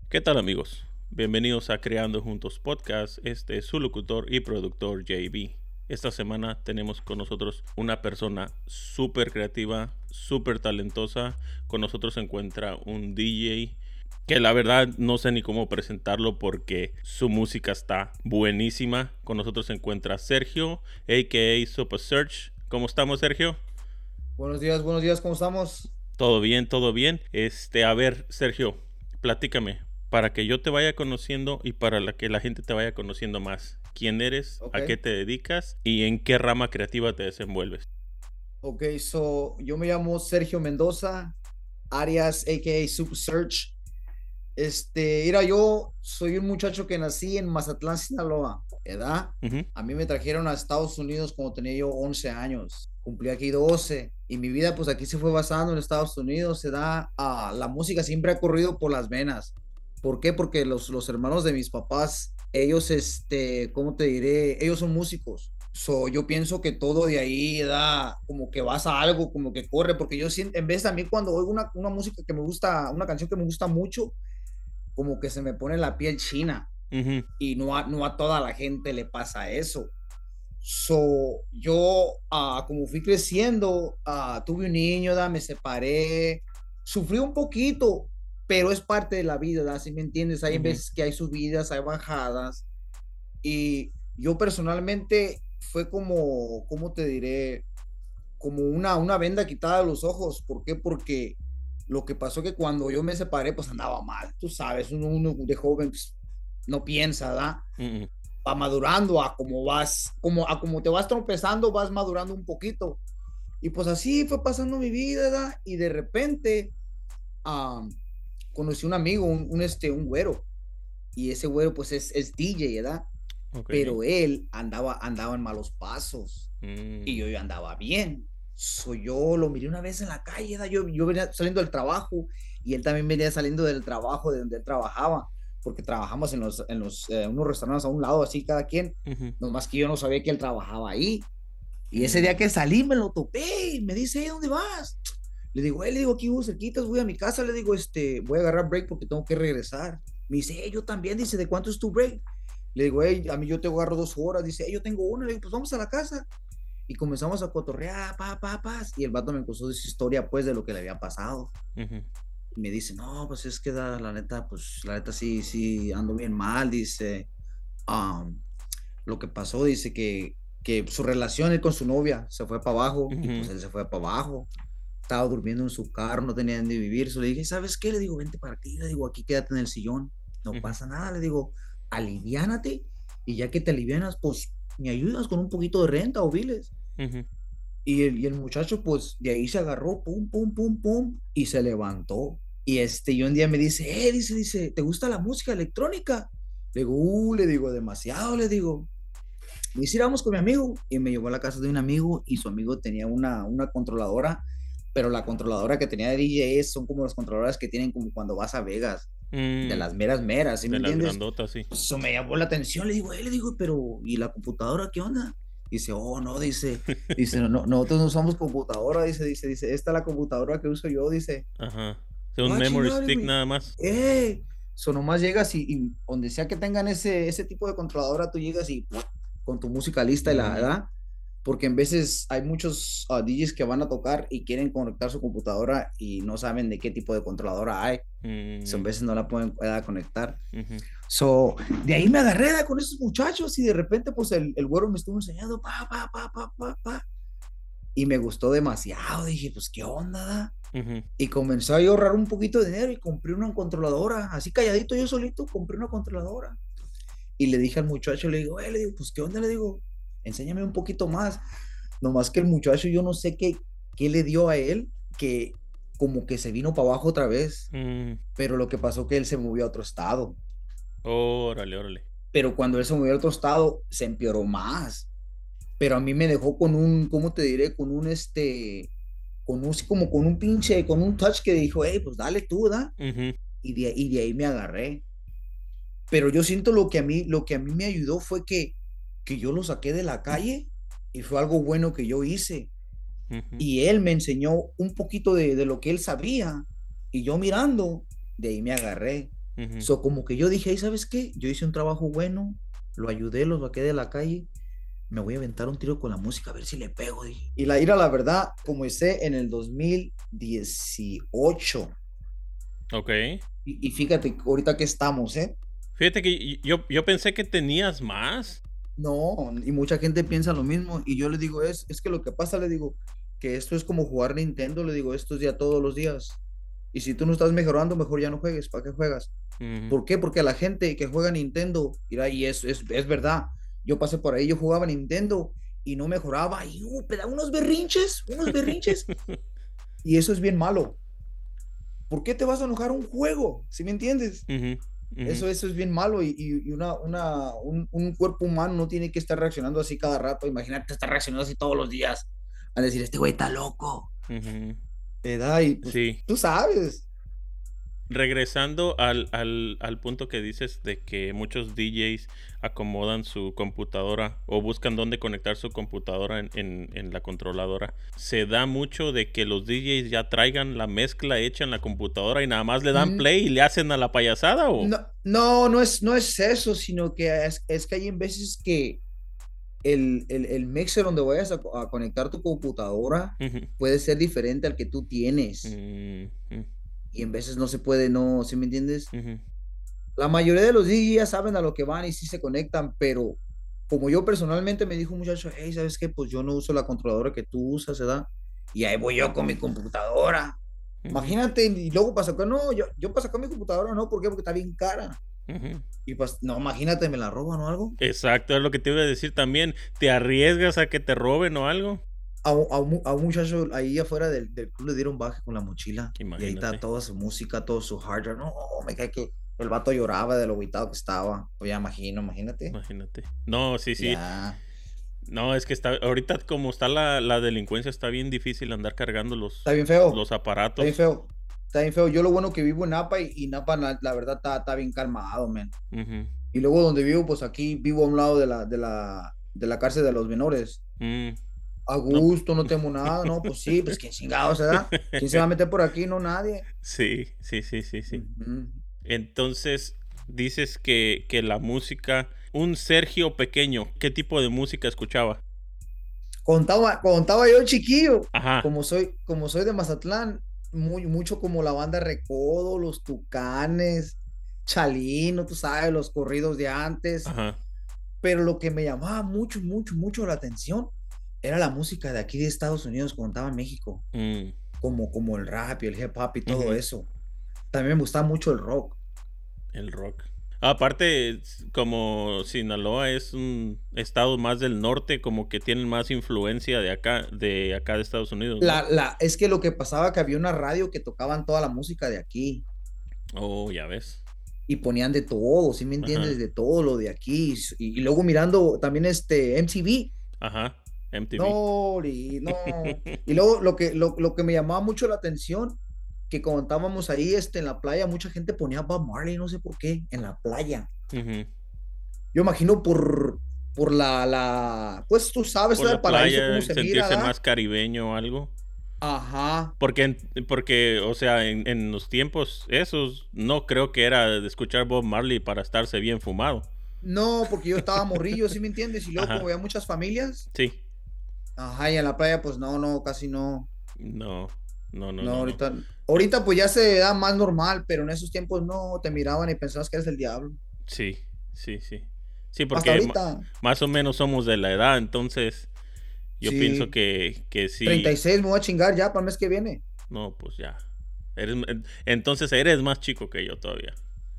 ¿Qué tal amigos? Bienvenidos a Creando Juntos Podcast. Este es su locutor y productor JB. Esta semana tenemos con nosotros una persona súper creativa, súper talentosa. Con nosotros se encuentra un DJ que la verdad no sé ni cómo presentarlo porque su música está buenísima. Con nosotros se encuentra Sergio, a.k.a. Super Search. ¿Cómo estamos, Sergio? Buenos días, ¿cómo estamos? Todo bien, todo bien. A ver, Sergio, platícame, para que yo te vaya conociendo y para que la gente te vaya conociendo más. ¿Quién eres? Ok, ¿A qué te dedicas? ¿Y en qué rama creativa te desenvuelves? yo me llamo Sergio Mendoza, Arias, a.k.a. Super Search. Mira, yo soy un muchacho que nací en Mazatlán, Sinaloa, ¿verdad? Ujú. A mí me trajeron a Estados Unidos cuando tenía yo 11 años. Cumplí aquí 12 y mi vida pues aquí se fue basando en Estados Unidos, se da, la música siempre ha corrido por las venas. ¿Por qué? Porque los hermanos de mis papás, ellos, ¿cómo te diré? Ellos son músicos. Yo pienso que todo de ahí da como que vas a algo, como que corre, porque yo siento, en vez de a mí cuando oigo una música que me gusta, una canción que me gusta mucho, como que se me pone la piel china Ujú. y no a toda la gente le pasa eso. Yo, como fui creciendo, tuve un niño, me separé, sufrí un poquito, pero es parte de la vida, ¿da? ¿Sí me entiendes? Hay Ujú. veces que hay subidas, hay bajadas, y yo personalmente fue como, ¿cómo te diré? Como una venda quitada de los ojos. ¿Por qué? Porque lo que pasó que cuando yo me separé, pues andaba mal. Tú sabes, uno de joven pues, no piensa, ¿verdad? Ujú. Va madurando a como te vas tropezando, vas madurando un poquito. Y pues así fue pasando mi vida, ¿verdad? Y de repente um, conocí un amigo, un güero. Y ese güero pues es DJ, ¿verdad? Ok. Pero él andaba en malos pasos y Mm. yo andaba bien. Yo lo miré una vez en la calle, ¿da? Yo venía saliendo del trabajo y él también venía saliendo del trabajo de donde él trabajaba, porque trabajamos unos restaurantes a un lado, así cada quien, Ujú. nomás que yo no sabía que él trabajaba ahí. Y ese día Mm. que salí me lo topé y me dice, ¿dónde vas? Le digo, aquí voy cerquitas, voy a mi casa, le digo, voy a agarrar break porque tengo que regresar. Me dice, yo también, dice, ¿de cuánto es tu break? Le digo, a mí yo te agarro 2 horas, dice, yo tengo una, le digo, pues vamos a la casa. Y comenzamos a cotorrear, y el vato me contó de su historia, pues, de lo que le había pasado. Ujú. Y me dice, no, pues es que la neta sí, sí, ando bien mal, dice, um, lo que pasó, dice que su relación él con su novia se fue para abajo, y pues Ujú. él se fue para abajo, estaba durmiendo en su carro, no tenía dónde vivir. So, le dije, ¿sabes qué? Le digo, vente para aquí, le digo, aquí quédate en el sillón, no Ujú. pasa nada, le digo, aliviánate y ya que te alivianas, pues me ayudas con un poquito de renta o biles. Ujú. Y el muchacho, pues de ahí se agarró, pum, pum, pum, pum, y se levantó. Y un día me dice, ¿te gusta la música electrónica? Le digo, demasiado, le digo. Me dice, vamos con mi amigo. Y me llevó a la casa de un amigo y su amigo tenía una controladora, pero la controladora que tenía de DJ son como las controladoras que tienen como cuando vas a Vegas, de Mm. las meras meras, ¿sí me De las entiendes? grandotas, sí. Eso me llamó la atención, le digo, pero ¿y la computadora qué onda? Dice, oh, no, dice, no, nosotros no usamos computadora, dice, esta es la computadora que uso yo, dice, Ajá. Es un ah, memory chingada, stick nada más. eso nomás llegas y donde sea que tengan ese tipo de controladora, tú llegas y con tu música lista y la Ujú. verdad, porque en veces hay muchos DJs que van a tocar y quieren conectar su computadora y no saben de qué tipo de controladora hay, son Mm. veces no la pueden conectar. Ujú. So, de ahí me agarré con esos muchachos y de repente pues el güero me estuvo enseñando, y me gustó demasiado, dije, pues, ¿qué onda, da? Ujú. Y comenzó a ahorrar un poquito de dinero y compré una controladora, así calladito yo solito, compré una controladora. Y le dije al muchacho, le digo, pues, ¿qué onda? Le digo, enséñame un poquito más. Nomás que el muchacho, yo no sé qué le dio a él, que como que se vino para abajo otra vez, Mm. pero lo que pasó que él se movió a otro estado. Órale, órale. Pero cuando él se movió a otro estado, se empeoró más. Pero a mí me dejó con ¿cómo te diré? Como con un pinche, con un touch que dijo, hey, pues dale tú, ¿da? Ujú. Y de ahí me agarré. Pero yo siento lo que a mí me ayudó fue que yo lo saqué de la calle y fue algo bueno que yo hice. Ujú. Y él me enseñó un poquito de lo que él sabía y yo mirando, de ahí me agarré. Ujú. So, como que yo dije, "Ay, ¿sabes qué? Yo hice un trabajo bueno, lo ayudé, los saqué de la calle, me voy a aventar un tiro con la música a ver si le pego", dije. Y la ira, la verdad, comencé en el 2018. Ok. Y fíjate, ahorita que estamos, ¿eh? Fíjate que yo pensé que tenías más. No, y mucha gente piensa lo mismo. Y yo le digo, es que lo que pasa, le digo, que esto es como jugar Nintendo, le digo, esto es ya todos los días. Y si tú no estás mejorando, mejor ya no juegues. ¿Para qué juegas? Ujú. ¿Por qué? Porque a la gente que juega Nintendo, mira, y es verdad. Yo pasé por ahí, yo jugaba Nintendo y no mejoraba. Y pegaba unos berrinches. Y eso es bien malo. ¿Por qué te vas a enojar un juego? ¿Sí me entiendes? Ujú, ujú. Eso es bien malo y un cuerpo humano no tiene que estar reaccionando así cada rato. Imagínate estar reaccionando así todos los días a decir, este güey está loco. Ujú. ¿Verdad? Y pues Sí. tú sabes. Regresando al punto que dices de que muchos DJs acomodan su computadora o buscan dónde conectar su computadora en la controladora, se da mucho de que los DJs ya traigan la mezcla hecha en la computadora y nada más le dan Mm, play y le hacen a la payasada o... no es eso, sino que es que hay en veces que el mixer donde vayas a conectar tu computadora Ujú, puede ser diferente al que tú tienes. ujú, Y en veces no se puede, no, ¿sí me entiendes? ujú, La mayoría de los DJs ya saben a lo que van y sí se conectan, pero como yo personalmente me dijo un muchacho, hey, ¿sabes qué? Pues yo no uso la controladora que tú usas, ¿verdad? Y ahí voy yo con mi computadora. ujú, Imagínate, y luego para sacar, no, yo para sacar mi computadora, no, ¿por qué? Porque está bien cara. ujú. Y pues, no, imagínate, me la roban o algo. Exacto, es lo que te iba a decir también. ¿Te arriesgas a que te roben o algo? A un muchacho ahí afuera del club le dieron baje con la mochila y ahí está Imagínate, toda su música, todo su hardware. No, me cae que el vato lloraba de lo aguitado que estaba. Pues ya imagínate. imagínate. No, sí, sí. Ya. No, es que está, ahorita como está la delincuencia, está bien difícil andar cargando Está bien feo. los Está bien aparatos. feo. Está bien feo. Yo lo bueno que vivo en Napa y Napa, la verdad, está bien calmado, man. Ujú. Y luego donde vivo, pues aquí vivo a un lado de la cárcel de los menores. Mm, A no. gusto, no tengo nada, no, pues sí, pues quién chingados se da. ¿Quién se va a meter por aquí? No, nadie. Sí, sí, sí, sí, sí. Ujú. Entonces, dices que la música, un Sergio pequeño, ¿qué tipo de música escuchaba? Contaba yo chiquillo, Ajá, como soy de Mazatlán, mucho como la banda Recodo, los Tucanes, Chalino, tú sabes, los corridos de antes. ajá. Pero lo que me llamaba mucho, mucho, mucho la atención era la música de aquí de Estados Unidos cuando estaba en México, Mm, como el rap y el hip hop y todo ujú. eso. También me gustaba mucho el rock. El rock. Aparte, como Sinaloa es un estado más del norte, como que tienen más influencia de acá de Estados Unidos, ¿no? Es que lo que pasaba que había una radio que tocaban toda la música de aquí Oh, ya ves. y ponían de todo, ¿sí me entiendes? Ajá, De todo lo de aquí. Y luego mirando también MTV. ajá. MTV. No, no. Y luego lo que me llamaba mucho la atención, que cuando estábamos ahí en la playa, mucha gente ponía Bob Marley, no sé por qué, en la playa. Ujú. Yo imagino por pues tú sabes, Por todo el la paraíso, playa, cómo el se mira, sentirse ¿da? más caribeño o algo. Ajá. Porque, o sea, en los tiempos esos, no creo que era de escuchar Bob Marley para estarse bien fumado. No, porque yo estaba morrillo, ¿sí me entiendes? Y luego como Ajá, había muchas familias, sí. ajá, y en la playa, pues no, casi no. No, no, no, No, no, no. ahorita pues ya se da más normal, pero en esos tiempos no, te miraban y pensabas que eres el diablo. Sí, sí, sí. Sí, Hasta porque ahorita, más o menos somos de la edad, entonces yo pienso sí. que treinta y sí. seis me voy a chingar ya para el mes que viene. No, pues ya. Entonces eres más chico que yo todavía.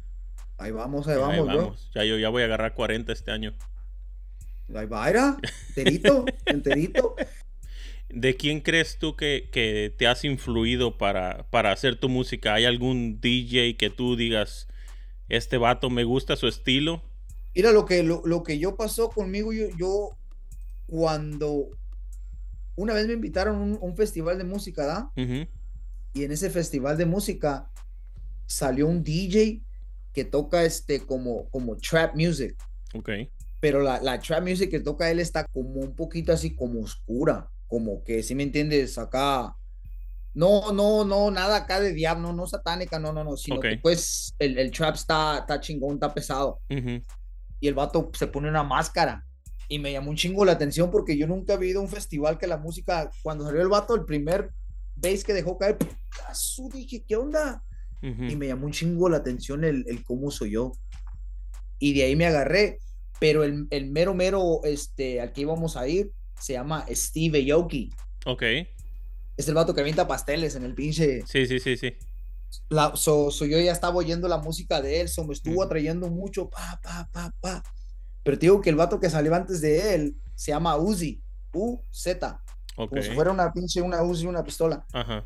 Ahí Ahí vamos, bro. vamos. Ya yo ya voy a agarrar 40 este año. Ahí va, era, enterito, enterito. ¿De quién crees tú que te has influido para hacer tu música? ¿Hay algún DJ que tú digas, este vato me gusta su estilo? Mira, lo que yo pasó conmigo, yo cuando una vez me invitaron a un festival de música, ¿da? Ujú, Y en ese festival de música salió un DJ que toca como trap music, ok. pero la trap music que toca él está como un poquito así como oscura, como que, si me entiendes, acá No, nada acá de diablo, no satánica, no, sino Ok. que pues el trap está chingón, está pesado. Ujú, Y el vato se pone una máscara. Y me llamó un chingo la atención porque yo nunca había ido a un festival que la música, cuando salió el vato, el primer bass que dejó caer, ¡putazo! Dije, ¿qué onda? Y ujú. me llamó un chingo la atención el cómo soy yo. Y de ahí me agarré. Pero el mero, al que íbamos a ir, se llama Steve Aoki. Ok. Es el vato que avienta pasteles en el pinche. Sí, sí, sí, sí. Yo ya estaba oyendo la música de él, me estuvo Ujú. atrayendo mucho, pa. Pero te digo que el vato que salió antes de él se llama Uzi, U-Z, Ok. como si fuera una pinche, una Uzi, una pistola. Ajá.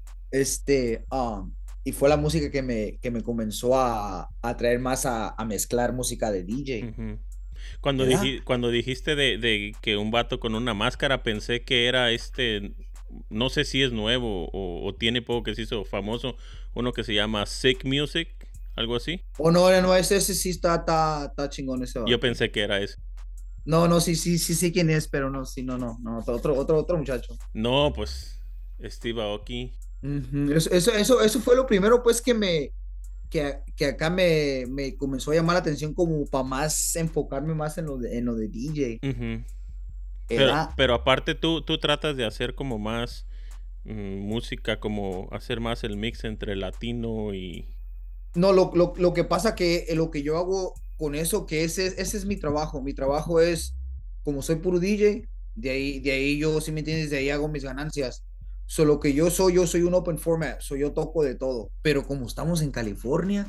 Y fue la música que me comenzó a traer más a mezclar música de DJ, Ujú. ¿verdad? Cuando dijiste de que un vato con una máscara, pensé que era no sé si es nuevo o tiene poco que se hizo famoso, uno que se llama Sick Music, algo así. O no, ese sí está chingón ese Yo vato. pensé que era ese. No, sí, quién es, pero no, sí, no, otro muchacho. No, pues Steve Aoki. Ujú. Eso fue lo primero, pues, que acá me comenzó a llamar la atención como para más enfocarme más en lo de DJ. Ujú. Era, Pero aparte tú tratas de hacer como más música, como hacer más el mix entre latino y... no, lo que pasa que lo que yo hago con eso, que ese es mi trabajo. Mi trabajo es, como soy puro DJ, de ahí yo, si me entiendes, de ahí hago mis ganancias. Solo que yo soy un open format, yo toco de todo. Pero como estamos en California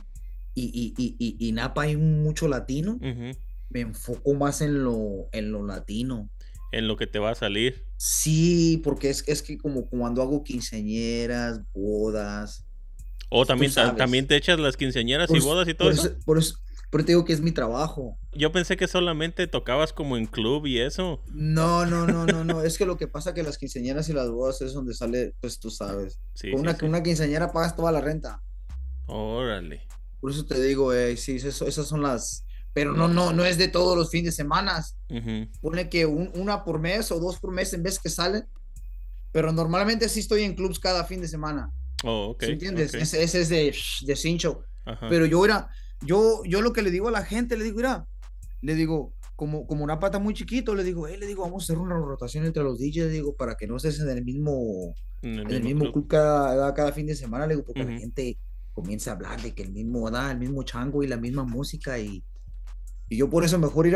y Napa hay mucho latino, Ujú. me enfoco más en lo latino. En lo que te va a salir. Sí, porque es que como cuando hago quinceañeras, bodas, O tú también sabes. te echas las quinceañeras Por, y eso- bodas y todo por eso. eso, por eso, por eso te digo que es mi trabajo. Yo pensé que solamente tocabas como en club y eso. No. Es que lo que pasa que las quinceañeras y las bodas es donde sale, pues tú sabes. Sí, Con sí, una, con sí. una quinceañera pagas toda la renta. Órale. Por eso te digo, sí, esas son las. Pero no es de todos los fines de semana. Ujú. Pone que una por mes o dos por mes en vez que salen. Pero normalmente sí estoy en clubs cada fin de semana. Oh, ok, ¿Sí ok. entiendes? Ese es de cincho. Ajá. Pero yo lo que le digo a la gente, le digo, mira, le digo, como una pata muy chiquito, le digo, vamos a hacer una rotación entre los DJs, le digo, para que no estés en el mismo, En el en el mismo mismo club. club cada fin de semana, le digo, porque la Ujú. gente comienza a hablar de que el mismo chango y la misma música, y yo por eso mejor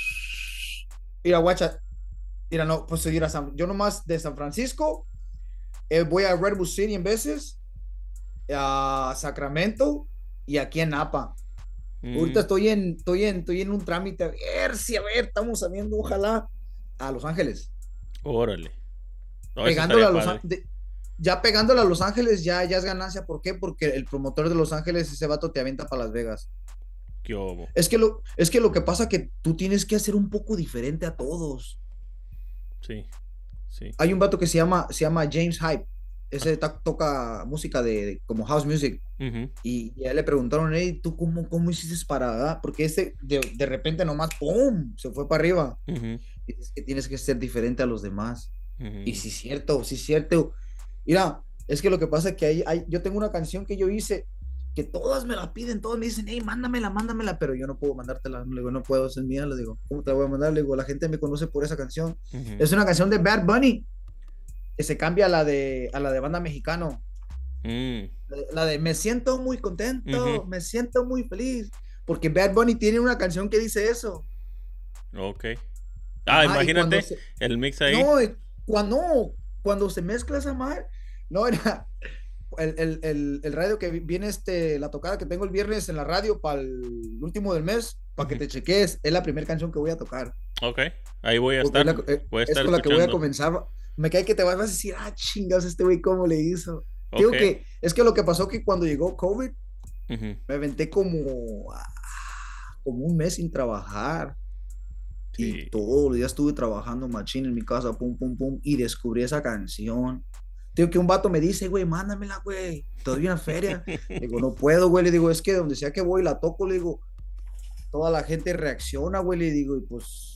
ir a guacha, no, pues yo nomás de San Francisco, voy a Redwood City en veces, a Sacramento y aquí en Napa. Ahorita Mm, estoy en un trámite, a ver, estamos saliendo, ojalá, a Los Ángeles. órale. Oh, eso Pegándole estaría a Los padre. Ángeles, ya pegándole a Los Ángeles ya es ganancia. ¿Por qué? Porque el promotor de Los Ángeles, ese vato te avienta para Las Vegas. ¿Qué hubo? Es que lo que pasa que tú tienes que hacer un poco diferente a todos. Sí, sí. Hay un vato que se llama James Hype. Ah, Ese toca música de como house music. ujú, Y a él le preguntaron, hey, ¿tú cómo hiciste para? Porque de repente nomás, ¡pum! Se fue para arriba. ujú, Y es que tienes que ser diferente a los demás. Y ujú. sí, cierto, sí, cierto. Mira, es que lo que pasa es que yo tengo una canción que yo hice que todas me la piden, todos me dicen, hey, mándamela, pero yo no puedo mandártela. Le digo, no puedo, es mía. Le digo, ¿cómo te la voy a mandar? Le digo, la gente me conoce por esa canción. Ujú. Es una canción de Bad Bunny que se cambia a la de banda mexicano. Mm, La de me siento muy ujú. contento, me siento muy feliz, porque Bad Bunny tiene una canción que dice eso. Ok. Ah, Ajá, y cuando imagínate se, el mix ahí. no, cuando se mezcla esa madre, no era el radio que viene, la tocada que tengo el viernes en la radio para el último del mes, para que Ujú. te cheques, es la primera canción que voy a tocar, Ok, ahí voy a porque es, estar. la- Voy a es estar con la que voy a escuchando. comenzar. Me cae que te vas a decir, chingas, este güey, ¿cómo le hizo? Ok. Digo que es que lo que pasó que cuando llegó COVID, Ujú. me aventé como un mes sin trabajar y Sí. todos los días estuve trabajando machín en mi casa, pum, pum, pum, y descubrí esa canción. Digo que un vato me dice, güey, mándamela, güey, te doy una feria. Le digo, no puedo, güey, le digo, es que donde sea que voy la toco, le digo, toda la gente reacciona, güey, le digo, y pues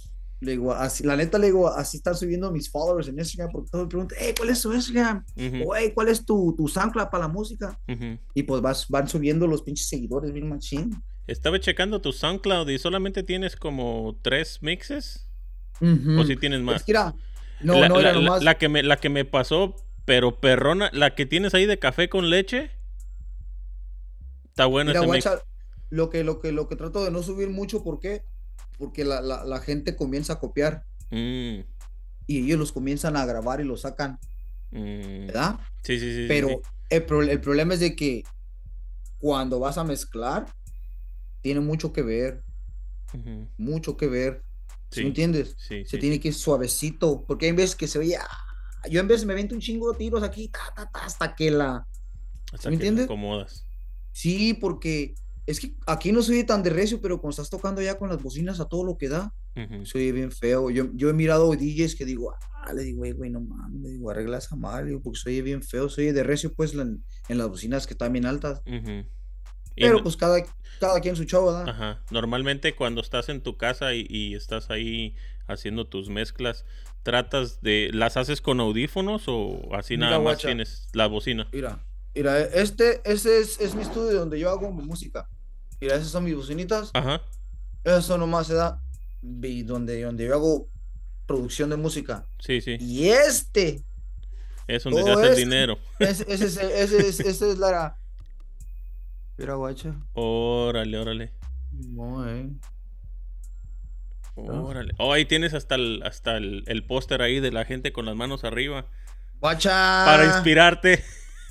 Le digo, así, la neta le digo, así están subiendo mis followers en Instagram, porque todos me preguntan, hey, ¿cuál es tu Instagram? Ujú, O, hey, ¿cuál es tu SoundCloud para la música? ujú. Y pues van subiendo los pinches seguidores, bien machín. Estaba checando tu SoundCloud y solamente tienes como 3 mixes. ¿O Ujú. si tienes Es más? que era, no, La, no la, era la, nomás. la que me pasó, pero perrona, la que tienes ahí de café con leche, está bueno Mira, ese mix. guacha, lo que trato de no subir mucho, ¿por qué? Porque la gente comienza a copiar Mm, y ellos los comienzan a grabar y los sacan, mm. ¿verdad? Sí, sí, sí, sí, sí. Pero el problema es de que cuando vas a mezclar, tiene Ujú. mucho que ver, ¿sí me Sí, entiendes? sí, Se sí, tiene sí. que ir suavecito, porque hay veces que se oye, yo en vez me viento un chingo de tiros aquí, hasta que ¿sí Hasta me que la entiendes? acomodas. Sí, porque es que aquí no se oye tan de recio, pero cuando estás tocando ya con las bocinas a todo lo que da, Ujú. se oye bien feo. Yo he mirado DJs que digo, le digo, güey, no mames, le digo, arregla esa madre, digo, porque se oye bien feo, se oye de recio, pues, en las bocinas que están bien altas. Ujú. Y Pero pues cada quien su show, ¿verdad? ajá. Normalmente cuando estás en tu casa y estás ahí haciendo tus mezclas, ¿las haces con audífonos o así nada Mira, más guacha, tienes la bocina? mira, ese es mi estudio donde yo hago mi música. Mira, esas son mis bocinitas, Ajá. eso nomás se da donde yo hago producción de música. Sí, sí. Y Es donde se todo hace el es, dinero. ese es la... Mira, guacha. Órale, órale. No, ¿no? Órale. Oh, ahí tienes hasta el póster ahí de la gente con las manos arriba. Para Guacha. inspirarte.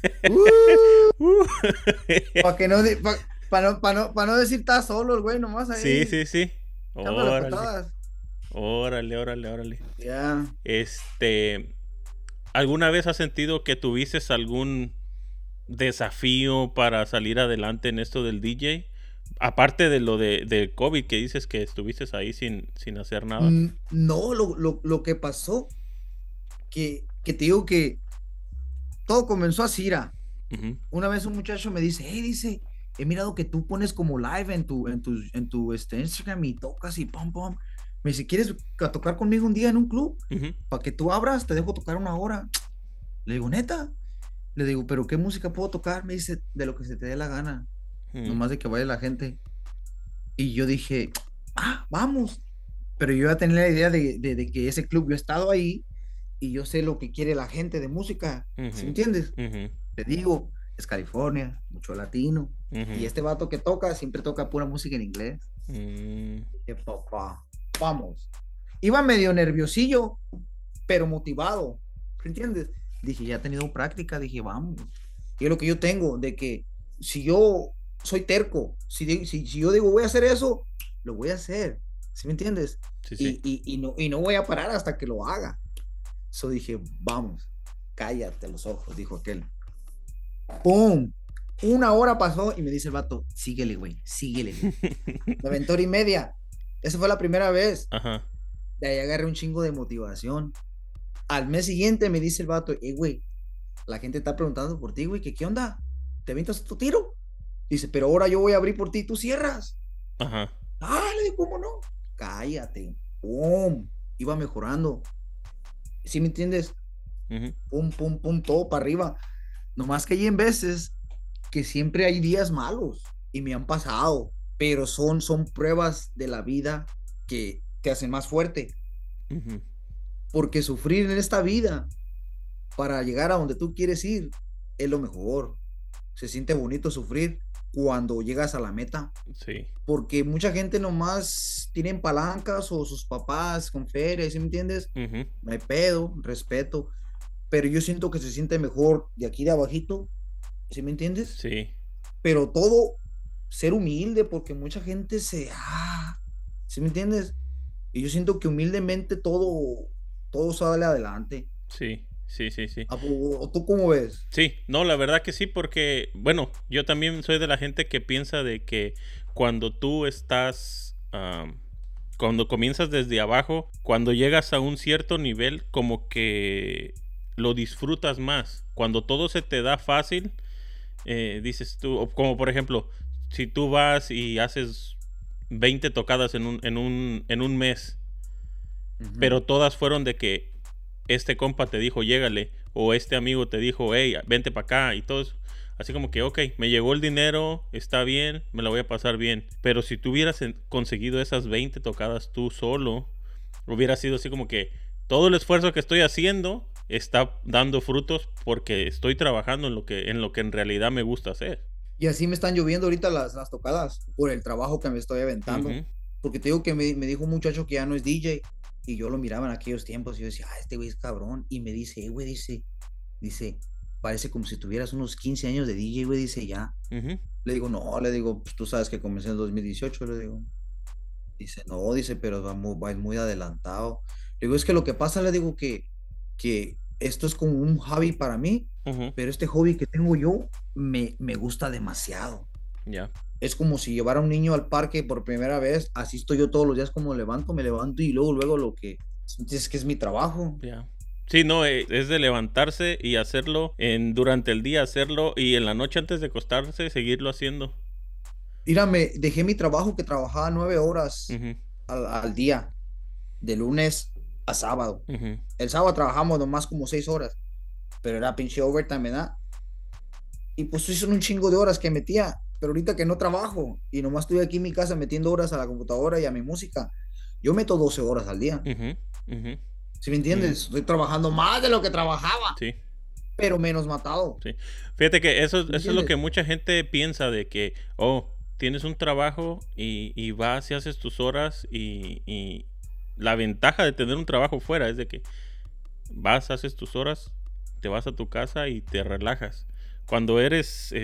Uh. Para que no, pa no decir está solo el güey, nomás Sí, ahí, sí, sí. echándole Órale. patadas. Órale, órale, órale. Ya. Este, ¿alguna vez has sentido que tuviste algún desafío para salir adelante en esto del DJ? Aparte de lo del COVID que dices que estuviste ahí sin hacer nada. No, lo que pasó, que te digo que todo comenzó así, era. Ujú, Una vez un muchacho me dice, hey, dice, he mirado que tú pones como live en tu Instagram y tocas y pum, pum. Me dice, ¿quieres tocar conmigo un día en un club? ujú, Para que tú abras, te dejo tocar una hora. Le digo, neta. Le digo, ¿pero qué música puedo tocar? Me dice, de lo que se te dé la gana, ujú, nomás de que vaya la gente. Y yo dije, vamos. Pero yo ya tenía la idea de que ese club, yo he estado ahí y yo sé lo que quiere la gente de música, ¿sí me ujú, entiendes? ujú, Te digo, es California, mucho latino. Y ujú, este vato que toca, siempre toca pura música en inglés. mm, Dije, papá, vamos. Iba medio nerviosillo, pero motivado, ¿me entiendes? Dije, ya he tenido práctica, dije, vamos. Y es lo que yo tengo, de que si yo soy terco, si yo digo voy a hacer eso, lo voy a hacer, ¿sí me entiendes? sí, sí. Y no voy a parar hasta que lo haga. So dije, vamos, cállate los ojos, dijo aquel. ¡Pum! Una hora pasó y me dice el vato, síguele, güey, síguele, güey. 9 horas y media. Esa fue la primera vez. Ajá. De ahí agarré un chingo de motivación. Al mes siguiente me dice el vato, güey, la gente está preguntando por ti, güey, que qué onda, ¿te avientas tu tiro? Dice, pero ahora yo voy a abrir por ti, tú cierras. Ajá. Le digo, ¿cómo no? Cállate. ¡Pum! Iba mejorando. ¿Sí me entiendes? Ujú, Pum, pum, pum, todo para arriba. Nomás que hay en veces que siempre hay días malos y me han pasado, pero son pruebas de la vida que te hacen más fuerte. ujú. Porque sufrir en esta vida para llegar a donde tú quieres ir es lo mejor. Se siente bonito sufrir cuando llegas a la meta, Sí. porque mucha gente nomás tienen palancas o sus papás con feria, ¿sí me entiendes? Ujú, No hay pedo, respeto, pero yo siento que se siente mejor de aquí de abajito, ¿sí me entiendes? sí. Pero todo ser humilde, porque mucha gente ¿sí me entiendes? Y yo siento que humildemente todo sale adelante. Sí. Sí, sí, sí. ¿O tú cómo ves? Sí, no, la verdad que sí, porque, bueno, yo también soy de la gente que piensa de que cuando tú estás, cuando comienzas desde abajo, cuando llegas a un cierto nivel, como que lo disfrutas más. Cuando todo se te da fácil, dices tú, como por ejemplo, si tú vas y haces 20 tocadas en un mes, pero todas fueron de que este compa te dijo, llégale, o este amigo te dijo, hey, vente para acá, y todo eso. Así como que, ok, me llegó el dinero, está bien, me la voy a pasar bien. Pero si tú hubieras conseguido esas 20 tocadas tú solo, hubiera sido así como que todo el esfuerzo que estoy haciendo está dando frutos porque estoy trabajando en lo que en realidad me gusta hacer. Y así me están lloviendo ahorita las tocadas por el trabajo que me estoy aventando. Ujú. Porque te digo que me dijo un muchacho que ya no es DJ y yo lo miraba en aquellos tiempos y yo decía, este güey es cabrón. Y me dice, güey, dice, parece como si tuvieras unos 15 años de DJ, güey, dice, ya. Ujú. Le digo, no, le digo, pues tú sabes que comencé en 2018, le digo. Dice, no, dice, pero va muy adelantado. Le digo, es que lo que pasa, le digo que esto es como un hobby para mí, Ujú. pero este hobby que tengo yo me gusta demasiado. Ya. Es como si llevara a un niño al parque por primera vez, así estoy yo todos los días como me levanto y luego lo que es que es mi trabajo. Ya. Sí, no, es de levantarse y hacerlo durante el día, hacerlo y en la noche antes de acostarse seguirlo haciendo. Mira, me dejé mi trabajo que trabajaba 9 horas Ujú. al día, de lunes a sábado. Ujú. El sábado trabajamos nomás como 6 horas, pero era pinche overtime, ¿verdad? Y pues eso son un chingo de horas que metía, pero ahorita que no trabajo y nomás estoy aquí en mi casa metiendo horas a la computadora y a mi música, yo meto 12 horas al día. Ujú. Ujú. ¿Sí me Ujú. entiendes? Estoy trabajando más de lo que trabajaba, Sí, pero menos matado. sí. Fíjate que ¿Sí eso me es lo entiendes? que mucha gente piensa de que, oh, tienes un trabajo y vas y haces tus horas y la ventaja de tener un trabajo fuera es de que vas, haces tus horas, te vas a tu casa y te relajas. Cuando eres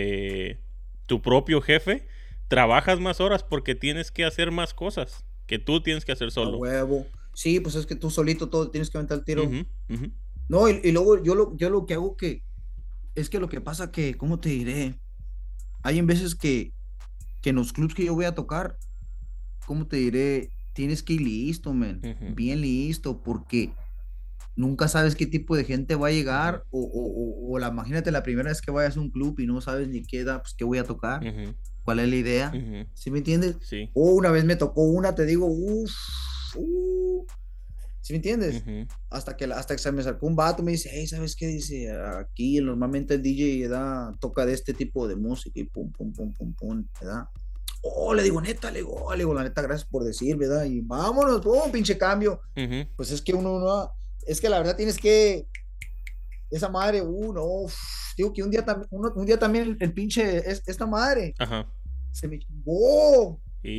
tu propio jefe, trabajas más horas porque tienes que hacer más cosas que tú tienes que hacer A solo. huevo. Sí, pues es que tú solito todo tienes que aventar el tiro. Ujú. Ujú. No, y luego yo lo que hago es que lo que pasa que, ¿cómo te diré? Hay en veces que en los clubs que yo voy a tocar, ¿cómo te diré? Tienes que ir listo, man, Ujú. bien listo, porque nunca sabes qué tipo de gente va a Ujú. llegar, imagínate la primera vez que vayas a un club y no sabes ni qué edad, pues qué voy a tocar, Ujú. cuál es la idea, Ujú. ¿sí me entiendes? Sí. O una vez me tocó una, te digo, uff, ¿sí me entiendes? Ujú. Hasta que se me sacó un vato, me dice, hey, ¿sabes qué? Dice, aquí normalmente el DJ toca de este tipo de música y pum, pum, pum, pum, pum, ¿verdad? Oh, le digo, neta, le digo, la neta, gracias por decir, ¿verdad? Y vámonos, pum, pinche cambio. Ujú. Pues es que uno no, es que la verdad tienes que, esa madre, no, digo que un día también el pinche, esta madre, Ajá. se me chingó,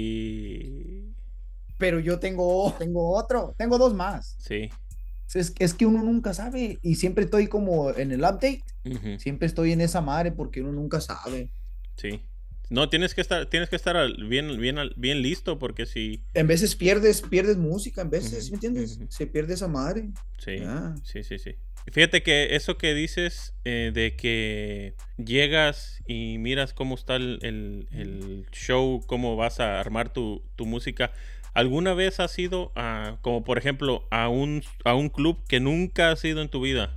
Y pero yo tengo dos más. sí. Es que uno nunca sabe y siempre estoy como en el update, Ujú. siempre estoy en esa madre porque uno nunca sabe. Sí. No, tienes que estar bien listo porque si. En veces pierdes música, en veces, Ujú. ¿sí me entiendes? Ujú. Se pierde esa madre. Sí, Ah. sí, sí, sí. Fíjate que eso que dices de que llegas y miras cómo está el show, cómo vas a armar tu música, ¿alguna vez has ido como por ejemplo, a un club que nunca has ido en tu vida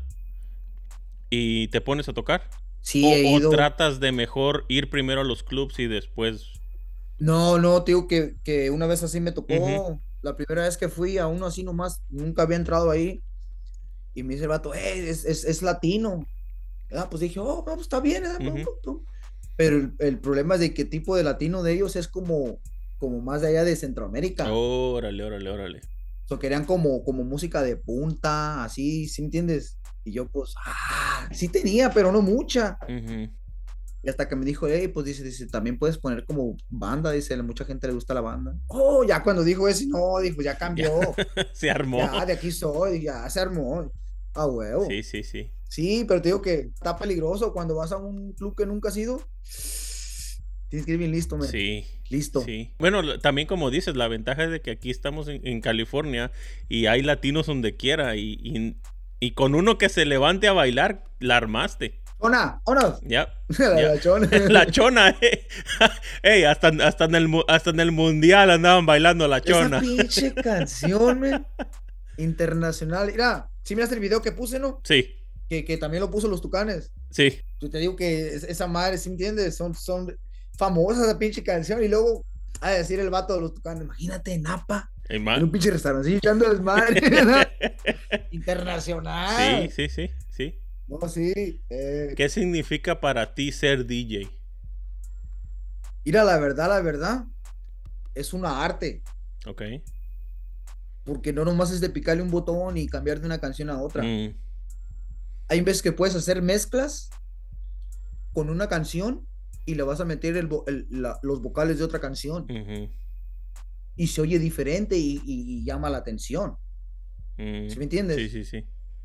y te pones a tocar? Sí, ¿O, he o ido. tratas de mejor ir primero a los clubs y después? No, no, te digo que una vez así me Ujú. tocó. La primera vez que fui a uno así nomás, nunca había entrado ahí. Y me dice el vato, es latino. Ah, pues dije, oh, no, pues está bien. Pum, Ujú. pum, pum. Pero el problema es de qué tipo de latino de ellos es como más de allá de Centroamérica. Órale, órale, órale. O sea, querían como música de punta, así, ¿sí me entiendes? Y yo, pues, sí tenía, pero no mucha. Ujú. Y hasta que me dijo, hey, pues dice, también puedes poner como banda, dice, a mucha gente le gusta la banda. Oh, ya cuando dijo eso, no, dijo, ya Ya, cambió, se armó. ya de aquí soy, ya se armó. Ah, huevo. Sí, sí, sí. Sí, pero te digo que está peligroso cuando vas a un club que nunca has ido. Tienes que ir bien listo, men. Sí, Listo. sí. Bueno, también como dices, la ventaja es de que aquí estamos en California y hay latinos donde quiera y con uno que se levante a bailar, la armaste. Chona, vámonos. Ya, La, ya. la chona. La chona, eh. Ey, hasta en el mundial andaban bailando la Esa chona. pinche canción, men, internacional. Mira, si miraste el video que puse, ¿no? Sí, Que también lo puso los Tucanes. sí. Yo te digo que esa madre, ¿sí me entiendes? Son famosas esa pinche canción. Y luego, a decir el vato de los Tucanes, imagínate Napa, En un pinche restaurante echando desmadre. Internacional. Sí. No, sí. ¿Qué significa para ti ser DJ? Mira, la verdad, es una arte. Ok. Porque no nomás es de picarle un botón y cambiar de una canción a otra. Mm, Hay veces que puedes hacer mezclas con una canción y le vas a meter los vocales de otra canción. ujú, Y se oye diferente y llama la atención. ¿Sí me entiendes? sí.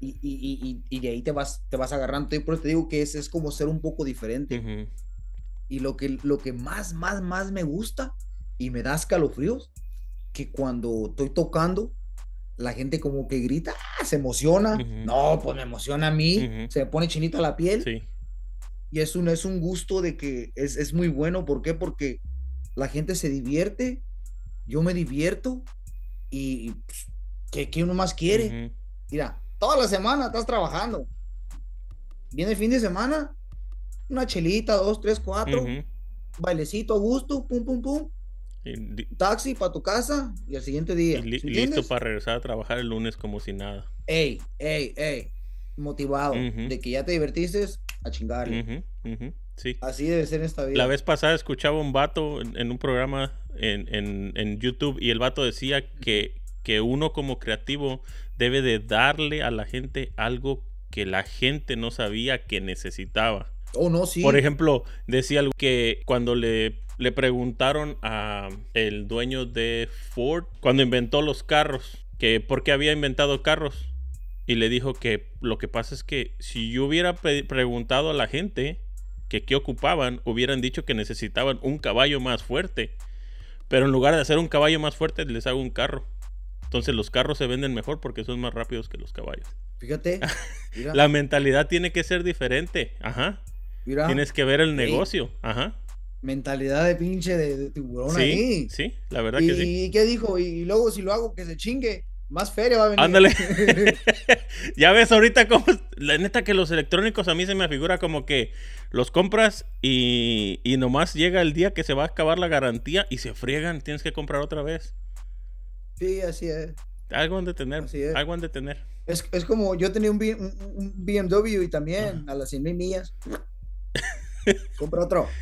Y de ahí te vas agarrando. Y por eso te digo que es como ser un poco diferente. Ujú, Y lo que más me gusta y me da escalofríos, que cuando estoy tocando, la gente como que grita, se emociona. ujú, No, pues me emociona a mí, ujú, se me pone chinita la piel. sí. Y es un gusto de que es muy bueno. ¿Por qué? Porque la gente se divierte, yo me divierto y pues, ¿qué uno más quiere? Ujú, Mira, toda la semana estás trabajando. Viene el fin de semana, una chelita, dos, tres, cuatro, ujú. bailecito a gusto, pum, pum, pum, Y, taxi para tu casa y al siguiente día. ¿Sí listo entiendes? para regresar a trabajar el lunes como si nada. Ey, motivado Ujú, de que ya te divertiste, a chingarle. sí. Así debe ser en esta La vida. vez pasada escuchaba un vato en un programa en YouTube y el vato decía que uno como creativo debe de darle a la gente algo que la gente no sabía que necesitaba. Oh, no, Por sí. ejemplo, decía algo que cuando le preguntaron a el dueño de Ford, cuando inventó los carros, que por qué había inventado carros, y le dijo que lo que pasa es que si yo hubiera preguntado a la gente que qué ocupaban, hubieran dicho que necesitaban un caballo más fuerte, pero en lugar de hacer un caballo más fuerte, les hago un carro. Entonces los carros se venden mejor porque son más rápidos que los caballos. Fíjate, mira, La mentalidad tiene que ser diferente. Ajá. mira. Tienes que ver el Ey, negocio. Ajá. mentalidad de pinche de tiburón Sí, ahí. sí, la verdad que sí. ¿Y qué dijo? Y luego si lo hago, que se chingue, más feria va a venir. Ándale. Ya ves ahorita cómo... La neta que los electrónicos a mí se me figura como que los compras y nomás llega el día que se va a acabar la garantía y se friegan. Tienes que comprar otra vez. Sí, así es, Algo han de tener. así es. Algo han de tener. Es como yo tenía un BMW y Ajá. también a las 100,000 millas, compra otro.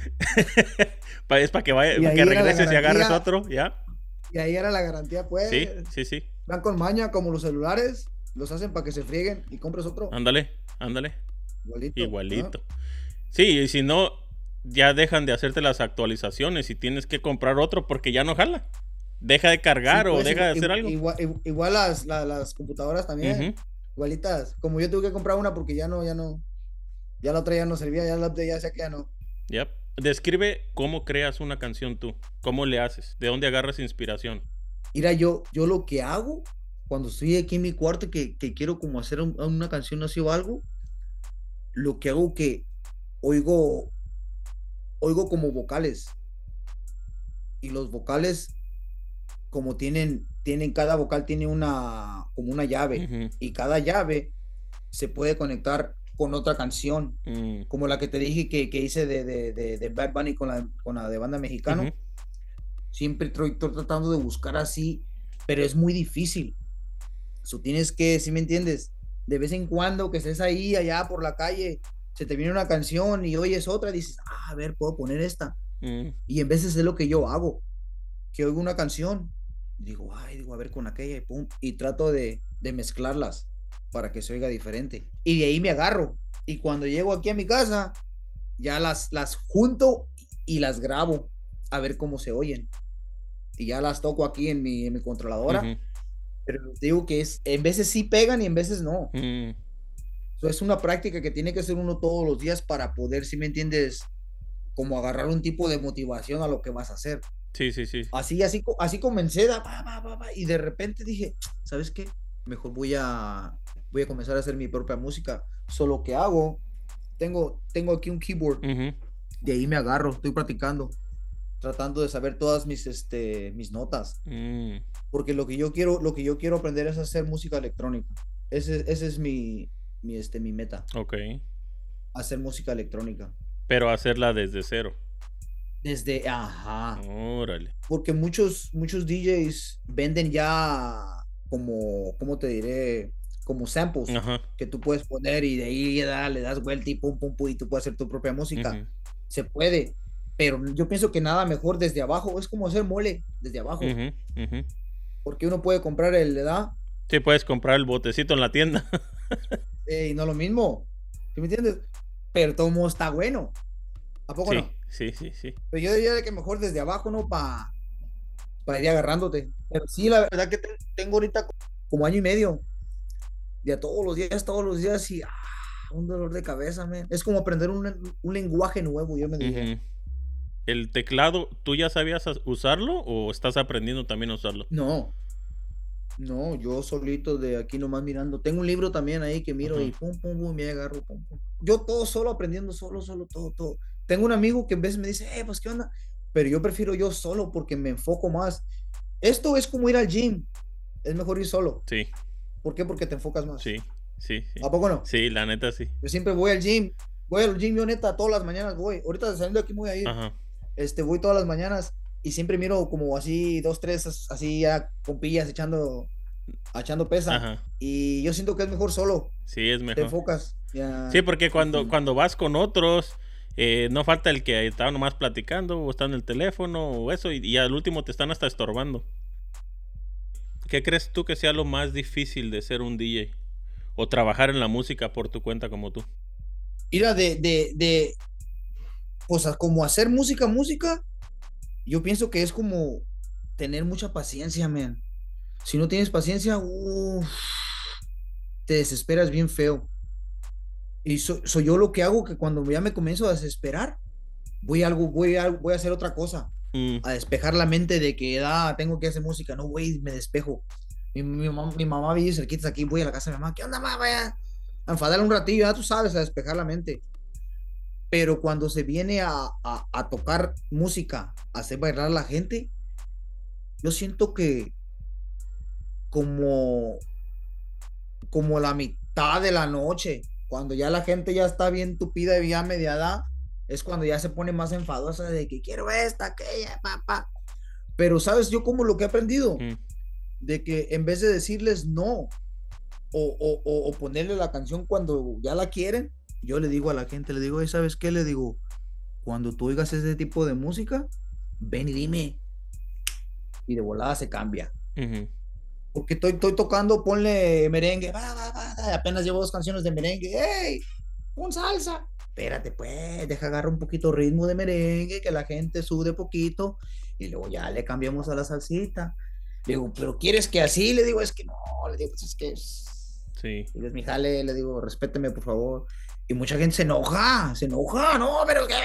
Es para que vaya, Y para que ahí era la regreses y agarres garantía, otro, ¿ya? y ahí era la garantía, Sí, pues. sí. Van con maña como los celulares, los hacen para que se frieguen y compres otro, Ándale. igualito. ¿Ah? Igualito. Sí, y si no, ya dejan de hacerte las actualizaciones y tienes que comprar otro porque ya no jala. Deja de Sí, cargar o pues deja de hacer algo. igual las computadoras también, Ujú, igualitas. Como yo tuve que comprar una porque ya la otra ya no servía, ya la otra ya sé que ya no. yep. Describe cómo creas una canción tú. ¿Cómo le haces? ¿De dónde agarras inspiración? Mira, yo lo que hago cuando estoy aquí en mi cuarto que quiero como hacer una canción así o algo, lo que hago que oigo, oigo como vocales y los vocales como cada vocal tiene como una llave Ujú, y cada llave se puede conectar con otra canción, mm, como la que te dije que hice de Bad Bunny con la de banda ujú, mexicano. Siempre estoy tratando de buscar así, pero es muy difícil. Eso tienes que, si me entiendes, de vez en cuando que estés ahí, allá por la calle, se te viene una canción y oyes otra, dices, a ver, puedo poner esta. mm, Y en veces es lo que yo hago, que oigo una canción, digo, a ver con aquella y pum, y trato de mezclarlas para que se oiga diferente. Y de ahí me agarro. Y cuando llego aquí a mi casa, ya las junto y las grabo a ver cómo se oyen. Y ya las toco aquí en mi controladora. ujú, Pero digo que en veces sí pegan y en veces no. mm. So, es una práctica que tiene que hacer uno todos los días para poder, si me entiendes, como agarrar un tipo de motivación a lo que vas a hacer. Sí. Así comencé, y de repente dije, ¿sabes qué? Mejor voy a comenzar a hacer mi propia música. Solo que hago, tengo aquí un keyboard, Ujú, de ahí me agarro, estoy practicando, tratando de saber todas mis notas, mm, porque lo que yo quiero aprender es hacer música electrónica. Ese es mi meta, ok. hacer música electrónica. Pero hacerla desde cero. Ajá, Órale. porque muchos DJs venden ya como, ¿cómo te diré? Como samples Ajá. que tú puedes poner y de ahí le das vuelta y pum, pum, pum, y tú puedes hacer tu propia música. Ujú, Se puede, pero yo pienso que nada mejor desde abajo, es como hacer mole desde abajo, ujú, ujú. porque uno puede comprar el, ¿verdad? Sí, puedes comprar el botecito en la tienda. Y no lo mismo, ¿sí me entiendes? Pero todo mundo está bueno, ¿a poco Sí, no? sí, sí, sí. Pero yo diría que mejor desde abajo, ¿no? Para ir agarrándote. Pero sí, la verdad que tengo ahorita como año y medio, ya todos los días, y un dolor de cabeza, man. Es como aprender un lenguaje nuevo, yo me diría. Ujú. ¿El teclado, tú ya sabías usarlo o estás aprendiendo también a usarlo? No, no, yo solito de aquí nomás mirando. Tengo un libro también ahí que miro Ajá. y pum, pum, pum, me agarro, pum, pum. Yo todo solo aprendiendo, solo, todo, todo. Tengo un amigo que en vez me dice, pues, ¿qué onda? Pero yo prefiero yo solo porque me enfoco más. Esto es como ir al gym. Es mejor ir solo. Sí, ¿Por qué? Porque te enfocas más. sí, sí, sí. ¿A poco no? Sí, la neta sí. Yo siempre voy al gym, yo neta, todas las mañanas voy. Ahorita saliendo de aquí me voy a ir. Ajá, Voy todas las mañanas y siempre miro como así, dos, tres, así ya con pillas echando pesa. ajá. Y yo siento que es mejor solo, Sí, es te mejor. enfocas. Sí, Ya. porque Ujú. cuando vas con otros, no falta el que está nomás platicando o está en el teléfono o eso y al último te están hasta estorbando. ¿Qué crees tú que sea lo más difícil de ser un DJ? O trabajar en la música por tu cuenta como tú. Mira, o sea, como hacer música, yo pienso que es como tener mucha paciencia, man. Si no tienes paciencia, te desesperas bien feo. Y soy yo lo que hago, que cuando ya me comienzo a desesperar, voy a hacer otra cosa, Mm, a despejar la mente de que tengo que hacer música, no, güey, me despejo. Mi mamá vive cerquita aquí, voy a la casa de mi mamá, ¿qué onda, mamá? Vaya a enfadar un ratillo, ya tú sabes, a despejar la mente. Pero cuando se viene a tocar música, a hacer bailar a la gente, yo siento que como, como la mitad de la noche, cuando ya la gente ya está bien tupida y ya mediada, es cuando ya se pone más enfadosa de que quiero esta, aquella, papá. Pero sabes, yo como lo que he aprendido, mm, de que en vez de decirles no o ponerle la canción cuando ya la quieren, yo le digo a la gente, le digo, ¿sabes qué? Le digo, cuando tú oigas ese tipo de música, ven y dime, y de volada se cambia. ujú. Porque estoy tocando, ponle merengue, apenas llevo dos canciones de merengue, ¡hey! ¡Pon salsa! Espérate, pues, deja agarrar un poquito ritmo de merengue, que la gente sude poquito, y luego ya le cambiamos a la salsita. Le digo, ¿pero quieres que así? Le digo, es que no, le digo, pues es que Sí. es mi jale, le digo, respéteme, por favor. Y mucha gente se enoja, no, pero que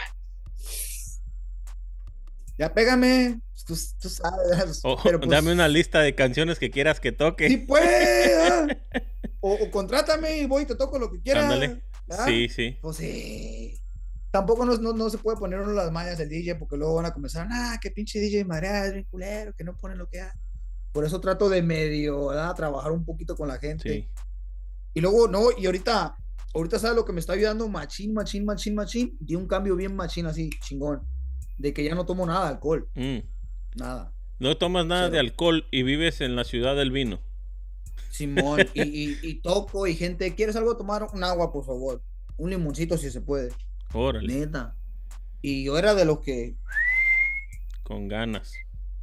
ya pégame, tú sabes, O pero dame una pues, lista de canciones que quieras que sí, toque. pues, o contrátame y voy y te toco lo que quieras, Ándale. ¿verdad? Sí, sí. Pues sí. Tampoco no se puede poner uno las mañas del DJ porque luego van a comenzar, qué pinche DJ mareado, bien culero, que no pone lo que hace. Por eso trato de medio, ¿verdad? Trabajar un poquito con la gente. Sí. Y luego, no, y ahorita sabes lo que me está ayudando, machín. Di un cambio bien machín, así, chingón. De que ya no tomo nada de alcohol, Mm. nada, No tomas nada de cero. alcohol y vives en la ciudad del vino. Simón, y toco y gente, ¿quieres algo? Tomar un agua, por favor. Un limoncito si se puede. Órale. Neta. Y yo era de los que, Con ganas.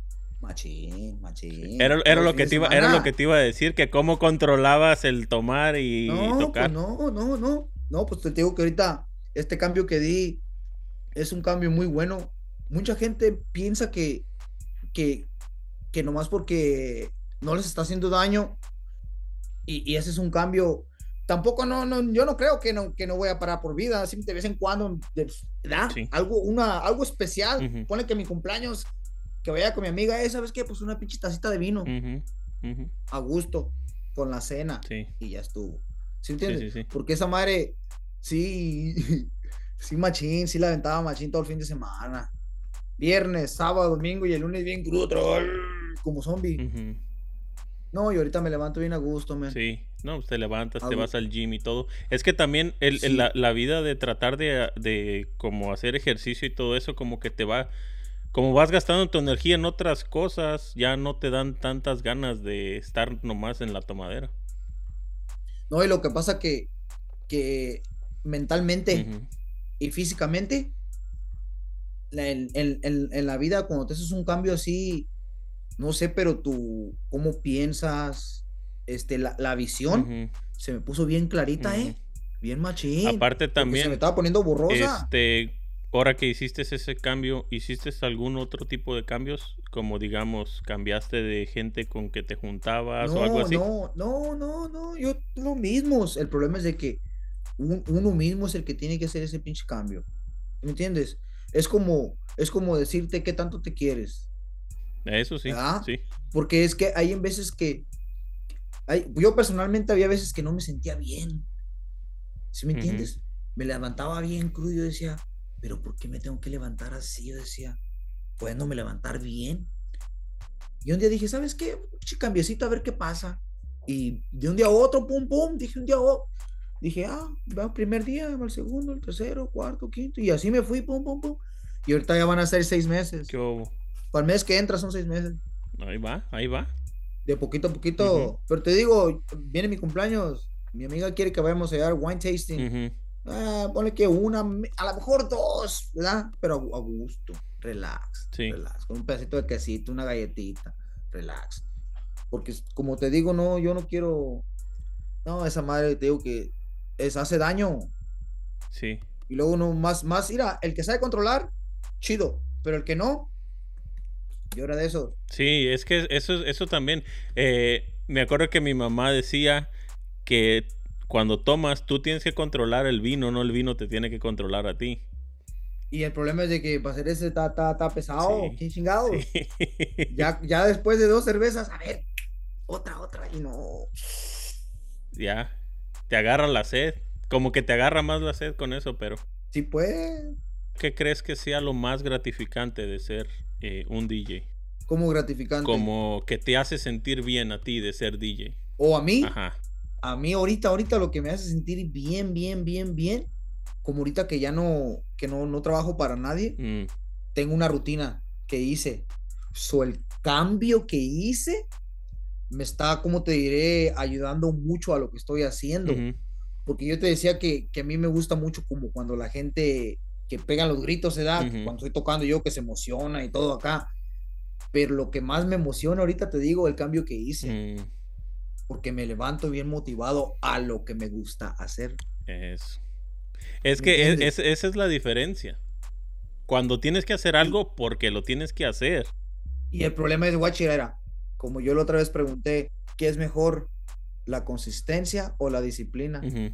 Sí. machín. Todo el fin de Era lo que semana. te iba a decir, que cómo controlabas el tomar y No, pues tocar. no. No, pues te digo que ahorita este cambio que di es un cambio muy bueno. Mucha gente piensa que, que nomás porque no les está haciendo daño y ese es un cambio. Tampoco yo no creo que no voy a parar por vida, así de vez en cuando, ¿verdad? Sí. Algo especial. Ujú, Pone que mi cumpleaños, que vaya con mi amiga, ¿sabes qué? Pues una pinche tacita de vino, ujú, ujú. a gusto, con la cena, Sí. y ya estuvo. ¿Sí Sí, entiendes? sí, sí. Porque esa madre, sí, sí machín, sí la aventaba machín todo el fin de semana. Viernes, sábado, domingo y el lunes bien crudo, como zombie. Ujú. No, y ahorita me levanto bien a gusto, man. Sí, no, pues te levantas, te Hago, vas al gym y todo. Es que también sí. la vida de tratar de como hacer ejercicio y todo eso, como que te va, como vas gastando tu energía en otras cosas, ya no te dan tantas ganas de estar nomás en la tomadera. No, y lo que pasa que mentalmente Ujú, y físicamente, en la vida, cuando te haces un cambio así, no sé, pero tú, cómo piensas, la visión ujú, se me puso bien clarita, ujú. bien machín, Aparte porque se me también, estaba poniendo borrosa. ahora que hiciste ese cambio, ¿hiciste algún otro tipo de cambios? Como digamos, ¿cambiaste de gente con que te juntabas o algo No, así? no, no, no, no, yo lo mismo. El problema es de que uno mismo es el que tiene que hacer ese pinche cambio. ¿Me entiendes? Es como decirte qué tanto te quieres, Eso sí, ¿verdad? sí. Porque es que hay en veces que, yo personalmente había veces que no me sentía bien, ¿sí me Ujú. entiendes? Me levantaba bien crudo y yo decía, pero ¿por qué me tengo que levantar así? Yo decía, pudiéndome levantar bien. Y un día dije, ¿sabes qué? Cambiecito a ver qué pasa. Y de un día a otro, pum, pum, dije un día a otro. Dije, va el primer día, va el segundo, el tercero, cuarto, quinto. Y así me fui, pum, pum, pum. Y ahorita ya van a ser 6 meses. ¿Qué hubo? Para el mes que entra son 6 meses. Ahí va, ahí va. De poquito a Ujú, poquito. Pero te digo, viene mi cumpleaños. Mi amiga quiere que vayamos a dar wine tasting. ujú. Ponle que una, a lo mejor dos, ¿verdad? Pero a gusto, relax, Sí, relax. Con un pedacito de quesito, una galletita, relax. Porque como te digo, no, yo no quiero, no, esa madre te digo que hace daño. sí. Y luego uno mira, el que sabe controlar, chido, pero el que no, llora de eso. Sí, es que eso también. Me acuerdo que mi mamá decía que cuando tomas, tú tienes que controlar el vino, no el vino te tiene que controlar a ti. Y el problema es de que para hacer ese está pesado, Sí, qué sí. chingados. Ya después de 2 cervezas, a ver, otra, y no. Ya, te agarra la sed. Como que te agarra más la sed con eso, pero Sí, pues, ¿qué crees que sea lo más gratificante de ser un DJ? como gratificante. Como que te hace sentir bien a ti de ser DJ. O Ajá. a mí ahorita lo que me hace sentir bien, bien, bien, bien, como ahorita que ya no trabajo para nadie, Mm, tengo una rutina que hice. El cambio que hice me está, como te diré, ayudando mucho a lo que estoy haciendo. ujú, Porque yo te decía que a mí me gusta mucho como cuando la gente que pega los gritos se da, que ujú, cuando estoy tocando yo que se emociona y todo acá. Pero lo que más me emociona ahorita, te digo, el cambio que hice, mm, porque me levanto bien motivado a lo que me gusta hacer. eso. Es ¿Me que entiendes? esa es la diferencia. Cuando tienes que hacer Y, algo, porque lo tienes que hacer. y el problema es, guachira, era, como yo la otra vez pregunté, ¿qué es mejor, la consistencia o la disciplina? Ujú,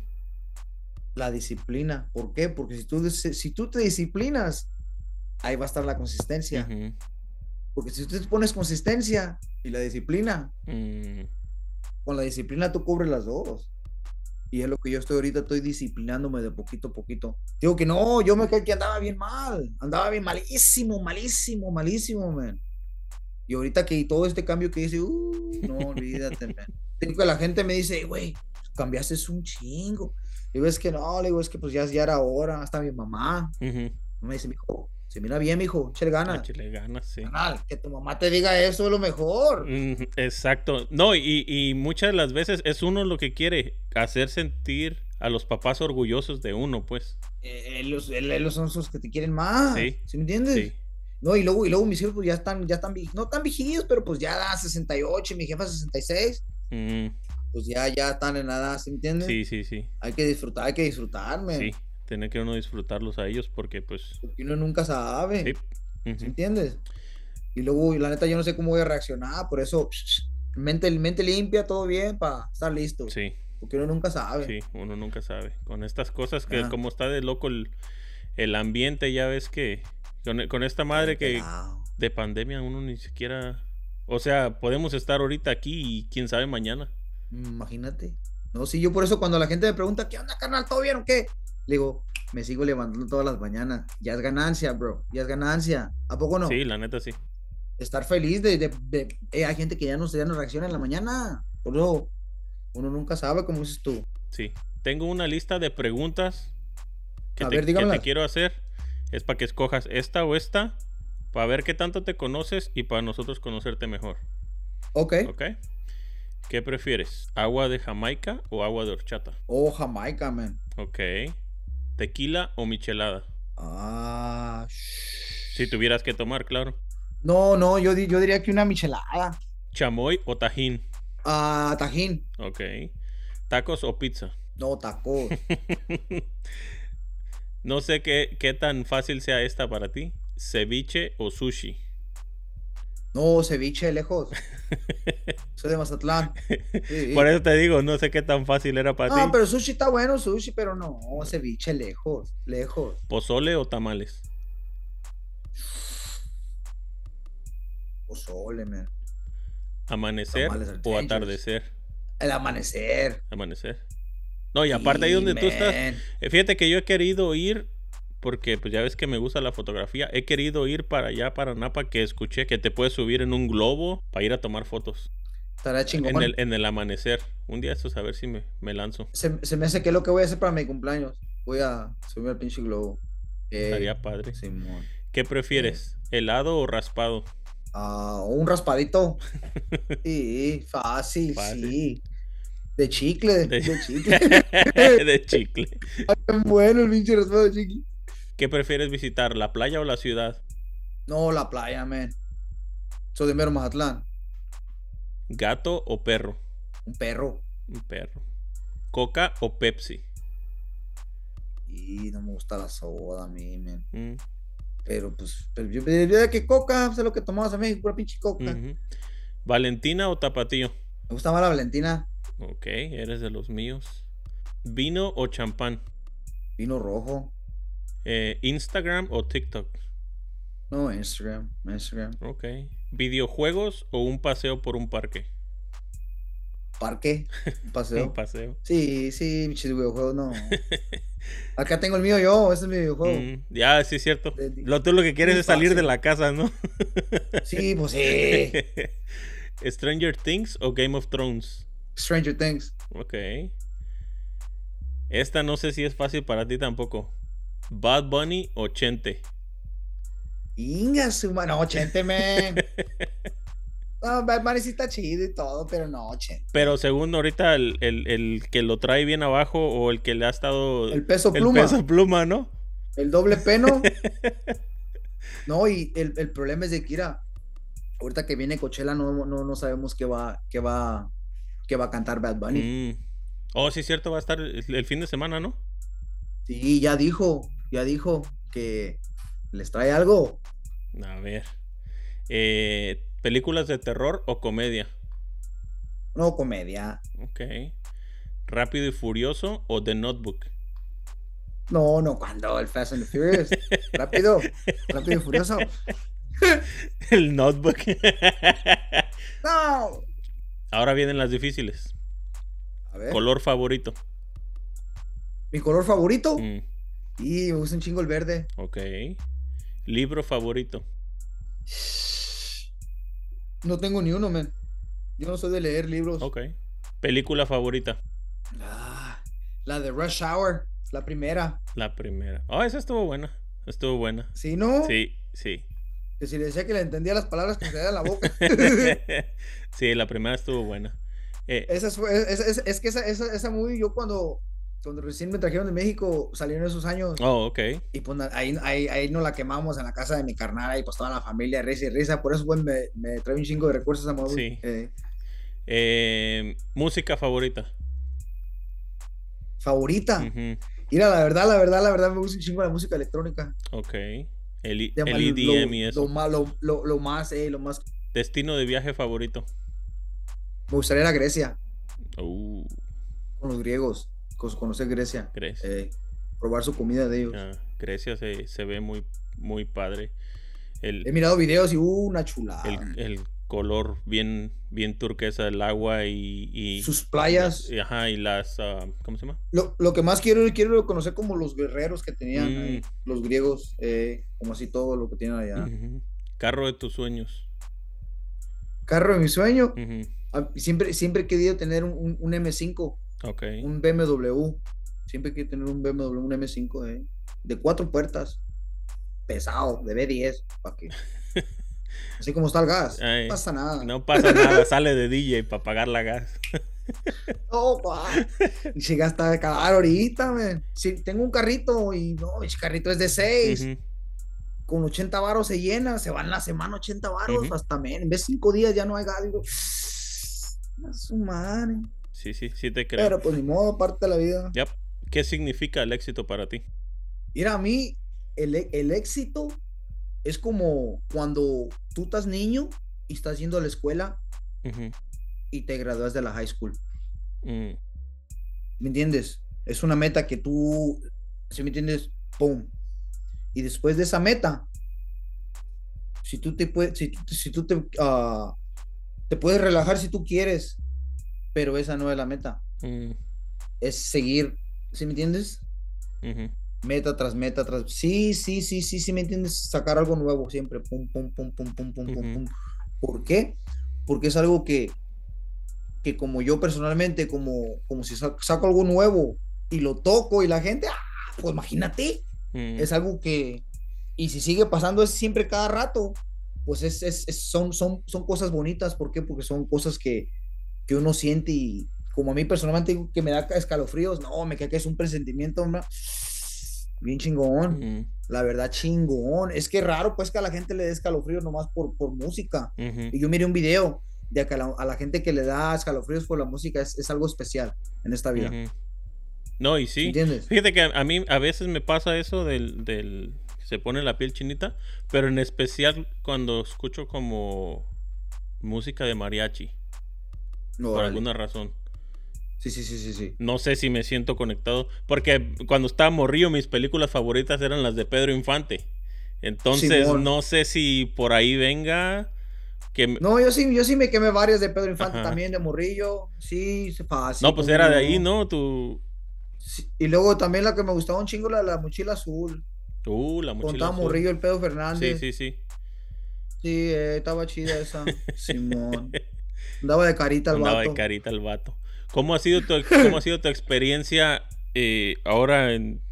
La disciplina. ¿Por qué? Porque si tú te disciplinas, ahí va a estar la consistencia. ujú, Porque si tú te pones consistencia y la disciplina, mm, con la disciplina tú cubres las dos. Y es lo que yo estoy ahorita, estoy disciplinándome de poquito a poquito. Digo que no, yo me creí que andaba bien mal, andaba bien malísimo, malísimo, malísimo, man. Y ahorita que todo este cambio que hice, no, olvídate, man. Digo que la gente me dice, güey, cambiaste un chingo. Digo, es que no, le digo, es que pues ya era hora, hasta mi mamá. ujú. Me dice, mijo, se mira bien, mijo, échale ganas. Échale ganas, sí. Canal, que tu mamá te diga eso es lo mejor. Exacto. No, y muchas de las veces es uno lo que quiere, hacer sentir a los papás orgullosos de uno, pues. Ellos son los que te quieren más, Sí, ¿sí me entiendes? sí. No, y luego mis hijos pues ya están, no tan viejitos, pero pues ya da 68, mi jefa 66, Mm, pues ya están en la edad, ¿sí me entiendes? sí, sí, sí. Hay que disfrutar, Sí. man, Tener que uno disfrutarlos a ellos porque, pues, porque uno nunca sí. sabe, ¿sí me Ujú. entiendes? Y luego, la neta, yo no sé cómo voy a reaccionar, por eso, mente limpia, todo bien, para estar listos, Sí, porque uno nunca sabe, sí, uno nunca sabe. Con estas cosas que ¿verdad? como está de loco el ambiente, ya ves que con esta Está madre bien que pelado. de pandemia uno ni siquiera, o sea, podemos estar ahorita aquí y quién sabe mañana. Imagínate. No, sí, yo por eso cuando la gente me pregunta, ¿qué onda, carnal? ¿Todo bien o qué? Le digo, me sigo levantando todas las mañanas. Ya es ganancia, bro. Ya es ganancia. ¿A poco Sí, no? la neta sí. estar feliz hay gente que ya no reacciona en la mañana. Por eso uno nunca sabe, como dices tú. Sí. Tengo una lista de preguntas A ver, que te dígamelas. quiero hacer. Es para que escojas esta o esta, para ver qué tanto te conoces y para nosotros conocerte mejor. Ok. ¿Ok? ¿Qué prefieres? ¿Agua de Jamaica o agua de horchata? Oh, Jamaica, man. Ok. ¿Tequila o michelada? Ah, Si tuvieras que tomar, claro. no, yo diría que una michelada. ¿Chamoy o tajín? Ah, Tajín. Ok. ¿Tacos o pizza? No, tacos. No sé qué tan fácil sea esta para ti. ¿Ceviche o sushi? No, ceviche, lejos. Soy de Mazatlán. Sí, Por sí. eso te digo, no sé qué tan fácil era para No, ti. pero sushi está bueno, sushi, pero no, ceviche, lejos, lejos. ¿Pozole o tamales? Pozole, man. ¿Amanecer Tamales are o dangerous. atardecer? El amanecer. Amanecer. No, y aparte ahí Sí, donde tú estás, man. fíjate que yo he querido ir, porque pues ya ves que me gusta la fotografía, he querido ir para allá, para Napa, que escuché que te puedes subir en un globo para ir a tomar fotos Estará chingón. en el amanecer. Un día estos a ver si me lanzo. Se me hace que es lo que voy a hacer para mi cumpleaños. Voy a subir al pinche globo. Estaría padre. Simón. ¿Qué Eh, prefieres? ¿Helado o raspado? un raspadito. Sí, fácil, Fácil. sí. De chicle, De, de chicle. de chicle. Bueno, el pinche raspado de chicle. ¿Qué prefieres visitar, la playa o la ciudad? No, la playa, man. Soy de mero Mazatlán. ¿Gato o perro? Un perro. Un perro. ¿Coca o Pepsi? Y no me gusta la soda a mí, man. Mm, Pero yo diría que coca, sé lo que tomabas a México, pura pinche coca. ujú. ¿Valentina o Tapatío? Me gusta más la Valentina. Ok, eres de los míos. ¿Vino o champán? Vino rojo. ¿Instagram o TikTok? No, Instagram, Instagram. Ok. ¿Videojuegos o un paseo por un parque? Parque, un Un paseo. paseo. Sí, sí, pinches videojuegos, no. Acá tengo el mío yo, ese es mi videojuego. Ya, sí es cierto. De- Tú lo que quieres Muy es salir de fácil. la casa, ¿no? Sí, pues sí. ¿Stranger Things o Game of Thrones? Stranger Things. Ok. Esta no sé si es fácil para ti tampoco. ¿Bad Bunny o Chente? Inga su mano, Chente, man. No, Batman sí está chido y todo, pero no, Chente. Pero según ahorita el que lo trae bien abajo o el que le ha estado El peso el pluma, peso pluma, ¿no? el doble peno. No, y el problema es de que, mira, ahorita que viene Coachella no sabemos qué va a cantar Bad Bunny. Mm. Oh, sí es cierto, va a estar el fin de semana, ¿no? Sí, ya dijo que les trae algo. A ver. ¿Películas de terror o comedia? No, comedia. Ok. ¿Rápido y Furioso o The Notebook? No, cuando el Fast and the Furious. Rápido, rápido y furioso. El Notebook. No. Ahora vienen las difíciles. A ver, ¿Color favorito? mi color favorito. Mm, Y me gusta un chingo el verde. ok. ¿Libro favorito? No tengo ni uno, man. Yo no soy de leer libros. Ok. ¿Película favorita? Ah, la de Rush Hour, la primera. La primera. Oh, esa estuvo buena. Estuvo buena. ¿Sí, no? Sí, sí. Que si le decía que le entendía las palabras que se da en la boca. Sí, la primera estuvo buena. Es que esa movie, yo cuando recién me trajeron de México, salieron esos años. Oh, ok. Y pues ahí nos la quemamos en la casa de mi carnal y pues toda la familia, risa y risa. Por eso, pues, me trae un chingo de recuerdos esa movie. Sí. ¿Música favorita? Favorita. Ujú, Mira, la verdad, me gusta un chingo la música electrónica. ok. El Lo, EDM y lo eso. más, lo más. ¿Destino de viaje favorito? Me gustaría ir a Grecia, Uh, con los griegos, conocer Grecia, Grecia. probar su comida de ellos. Ah, Grecia se ve muy, muy padre. El, He mirado videos y una chulada. el color bien, bien turquesa del agua y Sus playas. ajá, y las, ¿cómo se llama? Lo que más quiero conocer como los guerreros que tenían Mm, ahí, los griegos, como así todo lo que tienen allá. ujú. Carro de tus sueños. carro de mi sueño. Ujú. Siempre he querido tener un M5, Ok. un BMW. Siempre he querido tener un BMW, un M5, de 4 puertas, pesado, de B10, para que, así como está el gas, no Ay, pasa nada. no pasa nada, sale de DJ para pagar la gas. No, y si gasta caro ahorita, man. Si tengo un carrito y no, ese carrito es de 6, Ujú, con 80 varos se llena, se van la semana 80 varos, ujú. hasta en vez de 5 días ya no hay gas. Digo, a su madre. Sí, sí, sí te creo. Pero pues ni modo, parte de la vida. Yep. ¿Qué significa el éxito para ti? Mira, a mí el éxito es como cuando tú estás niño y estás yendo a la escuela Ujú, y te gradúas de la high school. mm, ¿Me entiendes? Es una meta que tú, ¿sí me entiendes? ¡Pum! Y después de esa meta, si tú te puedes, si tú te puedes relajar si tú quieres, pero esa no es la meta. mm, Es seguir, ¿sí me entiendes? ujú, Meta tras meta tras. Sí, sí, sí, sí, sí, ¿me entiendes? Sacar algo nuevo siempre. Pum, pum, pum, pum, pum, pum, pum, ujú, pum. ¿Por qué? Porque es algo que como yo personalmente, como si saco algo nuevo y lo toco y la gente, pues imagínate, mm, es algo y si sigue pasando es siempre cada rato, pues son cosas bonitas. ¿Por qué? Porque son cosas que uno siente y como a mí personalmente digo que me da escalofríos, no, me queda que es un presentimiento, hombre, bien chingón. mm, La verdad, chingón. Es que raro, pues, que a la gente le dé escalofríos nomás por música. ujú, Y yo miré un video de que a la gente que le da escalofríos por la música es algo especial en esta vida. ujú. No, y ¿Sí sí. entiendes? Fíjate que a mí a veces me pasa eso se pone la piel chinita, pero en especial cuando escucho como música de mariachi, No, por órale. alguna razón. Sí, sí, sí, sí, sí. No sé si me siento conectado, porque cuando estaba morrillo mis películas favoritas eran las de Pedro Infante. Entonces Simón. no sé si por ahí venga que... No, yo sí me quemé varias de Pedro Infante Ajá. también, de morrillo. Sí, No, fácil, pues cómo era de ahí, no. ¿no? Tu... Sí, y luego también la que me gustaba un chingo, la mochila azul. La Cuando mochila estaba azul. morrillo, el Pedro Sí, Fernández. sí, sí. Sí, estaba chida esa. Simón. Andaba de carita el Andaba de vato. carita el vato. ¿Cómo ha sido tu experiencia ahora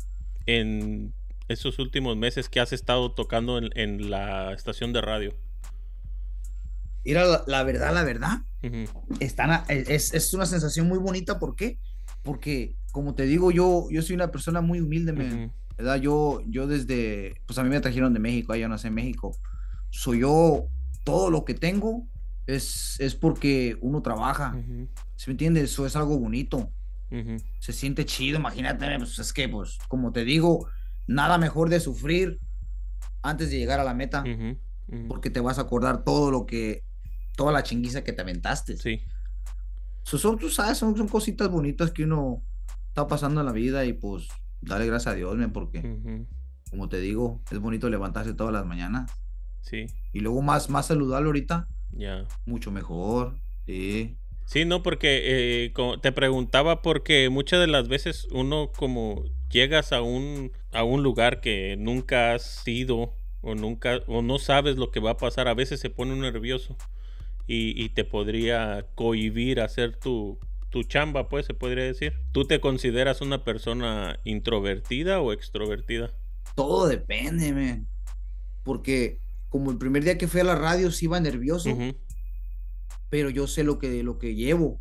en esos últimos meses que has estado tocando en la estación de radio? Mira, la verdad, Ujú, es una sensación muy bonita. ¿Por qué? Porque, como te digo, yo soy una persona muy humilde, man, ujú, ¿verdad? Yo desde, pues a mí me trajeron de México, allá nací en México. Soy yo, todo lo que tengo es porque uno trabaja, ujú, ¿sí me entiendes? Eso es algo bonito, ujú, se siente chido, imagínate, pues es que, pues, como te digo, nada mejor de sufrir antes de llegar a la meta, ujú, ujú. porque te vas a acordar toda la chinguiza que te aventaste. Sí. Tú sabes, son cositas bonitas que uno está pasando en la vida y pues dale gracias a Dios, men, porque Ujú, como te digo, es bonito levantarse todas las mañanas sí. y luego más saludable ahorita, Ya. mucho mejor, sí. Sí, no, porque te preguntaba porque muchas de las veces uno como llegas a un lugar que nunca has ido o no sabes lo que va a pasar, a veces se pone uno nervioso y te podría cohibir a hacer tu chamba, pues se podría decir. ¿Tú te consideras una persona introvertida o extrovertida? Todo depende, men, porque como el primer día que fui a la radio sí iba nervioso, Ujú, pero yo sé lo que llevo.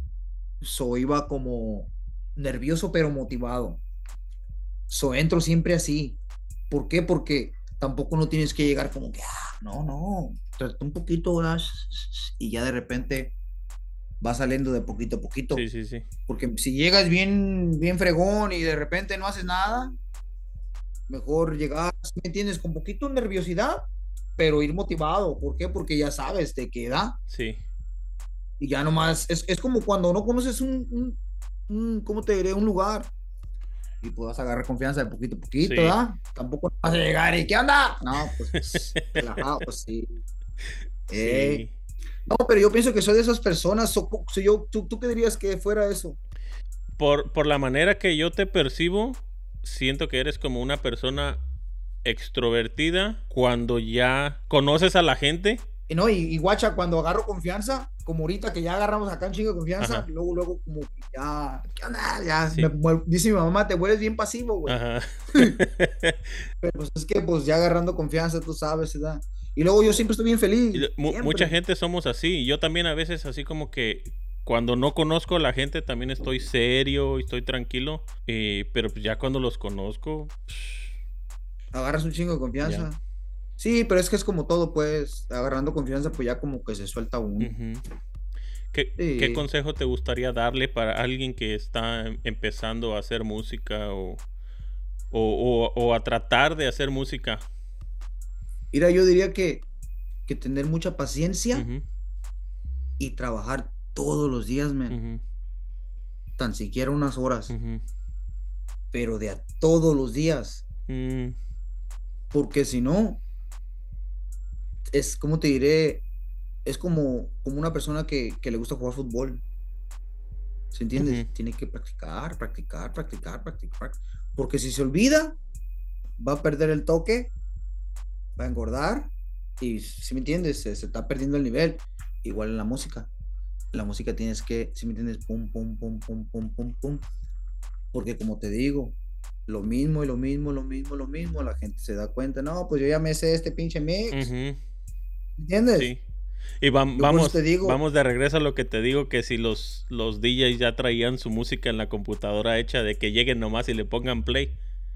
Iba como nervioso pero motivado. Entro siempre así. ¿Por qué? Porque tampoco no tienes que llegar como que, no, no, trata un poquito, ¿verdad? Y ya de repente va saliendo de poquito a sí, poquito. sí, sí. Porque si llegas bien, bien fregón y de repente no haces nada, mejor llegar, ¿me entiendes? Con poquito nerviosidad, pero ir motivado. ¿Por qué? Porque ya sabes, te queda Sí, y ya nomás, es como cuando no conoces ¿cómo te diré? Un lugar y puedas agarrar confianza de poquito a poquito, sí. ¿verdad? Tampoco vas a llegar y ¿qué onda? No, pues relajado, pues sí. Sí. No, pero yo pienso que soy de esas personas. ¿Tú qué dirías que fuera eso? Por la manera que yo te percibo, siento que eres como una persona extrovertida cuando ya conoces a la gente no, y guacha, cuando agarro confianza, como ahorita que ya agarramos acá un chingo de confianza, Ajá. luego como que ya, ¿qué onda? Ya, Sí. dice mi mamá, te vuelves bien pasivo, güey. Ajá. Pero pues es que pues ya agarrando confianza, tú sabes, ¿verdad? Y luego yo siempre estoy bien feliz, Mucha siempre. gente somos así. Yo también a veces así como que cuando no conozco a la gente también estoy serio y estoy tranquilo. Pero pues ya cuando los conozco, Agarras un chingo de ya. confianza. Sí, pero es que es como todo, pues, agarrando confianza, pues ya como que se suelta uno. Ujú. ¿Qué Sí. consejo te gustaría darle para alguien que está empezando a hacer música o a tratar de hacer música? Mira, yo diría que tener mucha paciencia Ujú, y trabajar todos los días, man. ujú, Tan siquiera unas horas, ujú. pero de a todos los días. Mm, Porque si no, es como te diré, es como una persona que le gusta jugar fútbol. ¿Se ujú, entiendes? Tiene que practicar, practicar, practicar, practicar. Porque si se olvida, va a perder el toque, va a engordar y, si me entiendes, se está perdiendo el nivel. Igual en la música. En la música tienes que, si me entiendes, pum, pum, pum, pum, pum, pum, pum. Porque como te digo, lo mismo y lo mismo, lo mismo, lo mismo, la gente se da cuenta, no, pues yo ya me sé este pinche mix, ujú. ¿entiendes? Sí. Y Yo por eso te digo, vamos de regreso a lo que te digo, que si los DJs ya traían su música en la computadora hecha, de que lleguen nomás y le pongan play.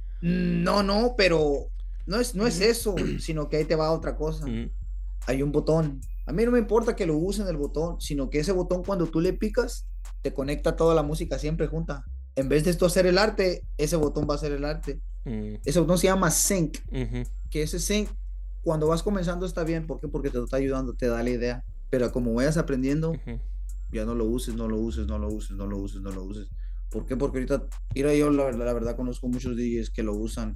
no, no, pero no es eso, sino que ahí te va otra cosa. Ujú, Hay un botón. A mí no me importa que lo usen el botón, sino que ese botón cuando tú le picas, te conecta toda la música siempre junta. En vez de esto hacer el arte, ese botón va a hacer el arte. ujú, Ese botón se llama Sync, ujú, que ese sync, cuando vas comenzando está bien, ¿por qué? Porque te está ayudando, te da la idea, pero como vayas aprendiendo, ujú. ya no lo uses, no lo uses, no lo uses, no lo uses, no lo uses. ¿Por qué? Porque ahorita, mira, yo la verdad conozco muchos DJs que lo usan,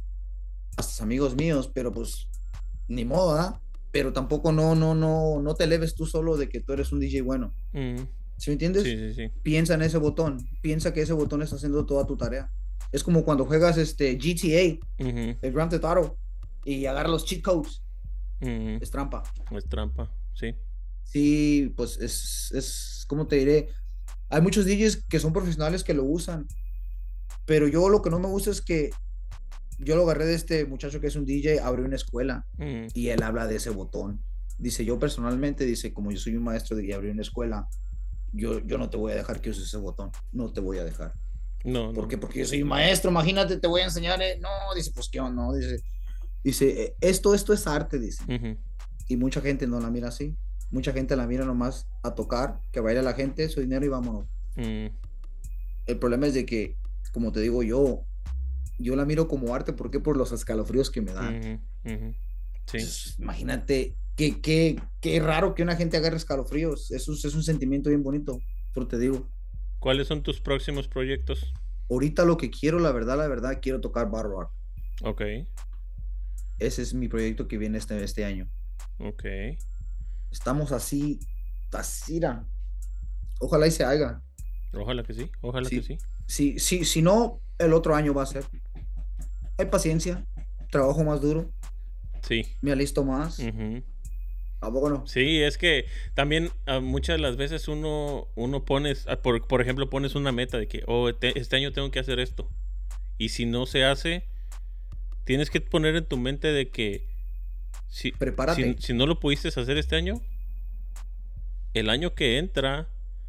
hasta amigos míos, pero pues ni modo, ¿ah? Pero tampoco no te eleves tú solo de que tú eres un DJ bueno. Mm, ¿Sí me sí, entiendes? sí, sí. Piensa en ese botón, piensa que ese botón está haciendo toda tu tarea. Es como cuando juegas GTA, Ujú, el Grand Theft Auto, y agarra los cheat codes, ujú. es trampa. Es trampa, sí. Sí, pues ¿cómo te diré? Hay muchos DJs que son profesionales que lo usan, pero yo lo que no me gusta es que yo lo agarré de este muchacho que es un DJ, abrió una escuela Ujú. y él habla de ese botón. Dice, yo personalmente, dice, como yo soy un maestro y abrí una escuela, yo no te voy a dejar que uses ese botón, no te voy a dejar. No, ¿Por no. qué? Porque yo soy un maestro, imagínate, te voy a enseñar. No, dice, pues qué onda, no, dice, esto es arte, dice. Ujú, Y mucha gente no la mira así. Mucha gente la mira nomás a tocar, que baile la gente, su dinero y vámonos. mm, El problema es de que, como te digo yo la miro como arte, ¿por qué? Por los escalofríos que me dan. ujú, ujú. Sí. Entonces, imagínate, qué raro que una gente agarre escalofríos. Eso es un sentimiento bien bonito, pero te digo. ¿Cuáles son tus próximos proyectos? Ahorita lo que quiero, la verdad, quiero tocar bar rock. Ok, Ese es mi proyecto que viene este año. ok. Estamos así, así, ojalá y se haga. Ojalá que sí, ojalá que Sí, sí. sí, sí, si no, el otro año va a ser. Hay paciencia, trabajo más duro, Sí. me alisto más. Ujú. ¿A poco no? Sí, es que también muchas de las veces uno pones, por ejemplo, pones una meta de que, oh, este año tengo que hacer esto. Y si no se hace, tienes que poner en tu mente de que Prepárate. si no lo pudiste hacer este año, el año que entra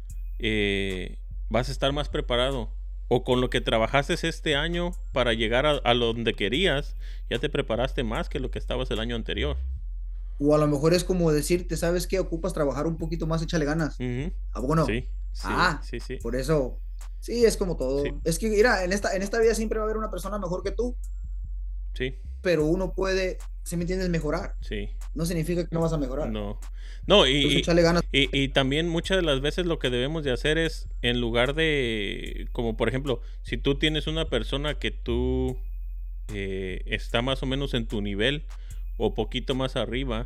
vas a estar más preparado. O con lo que trabajaste este año para llegar a donde querías, ya te preparaste más que lo que estabas el año anterior. O a lo mejor es como decirte, ¿sabes qué? Ocupas trabajar un poquito más, échale ganas. Ujú. ¿A poco no? Sí, sí, Ah, sí, sí, por eso, sí, es como sí, todo. Es que, mira, en esta vida siempre va a haber una persona mejor que tú, sí, pero uno puede, si me entiendes, mejorar. sí. No significa que no vas a mejorar. No. No, Entonces, échale ganas. y también muchas de las veces lo que debemos de hacer es, en lugar de, como por ejemplo, si tú tienes una persona que tú está más o menos en tu nivel o poquito más arriba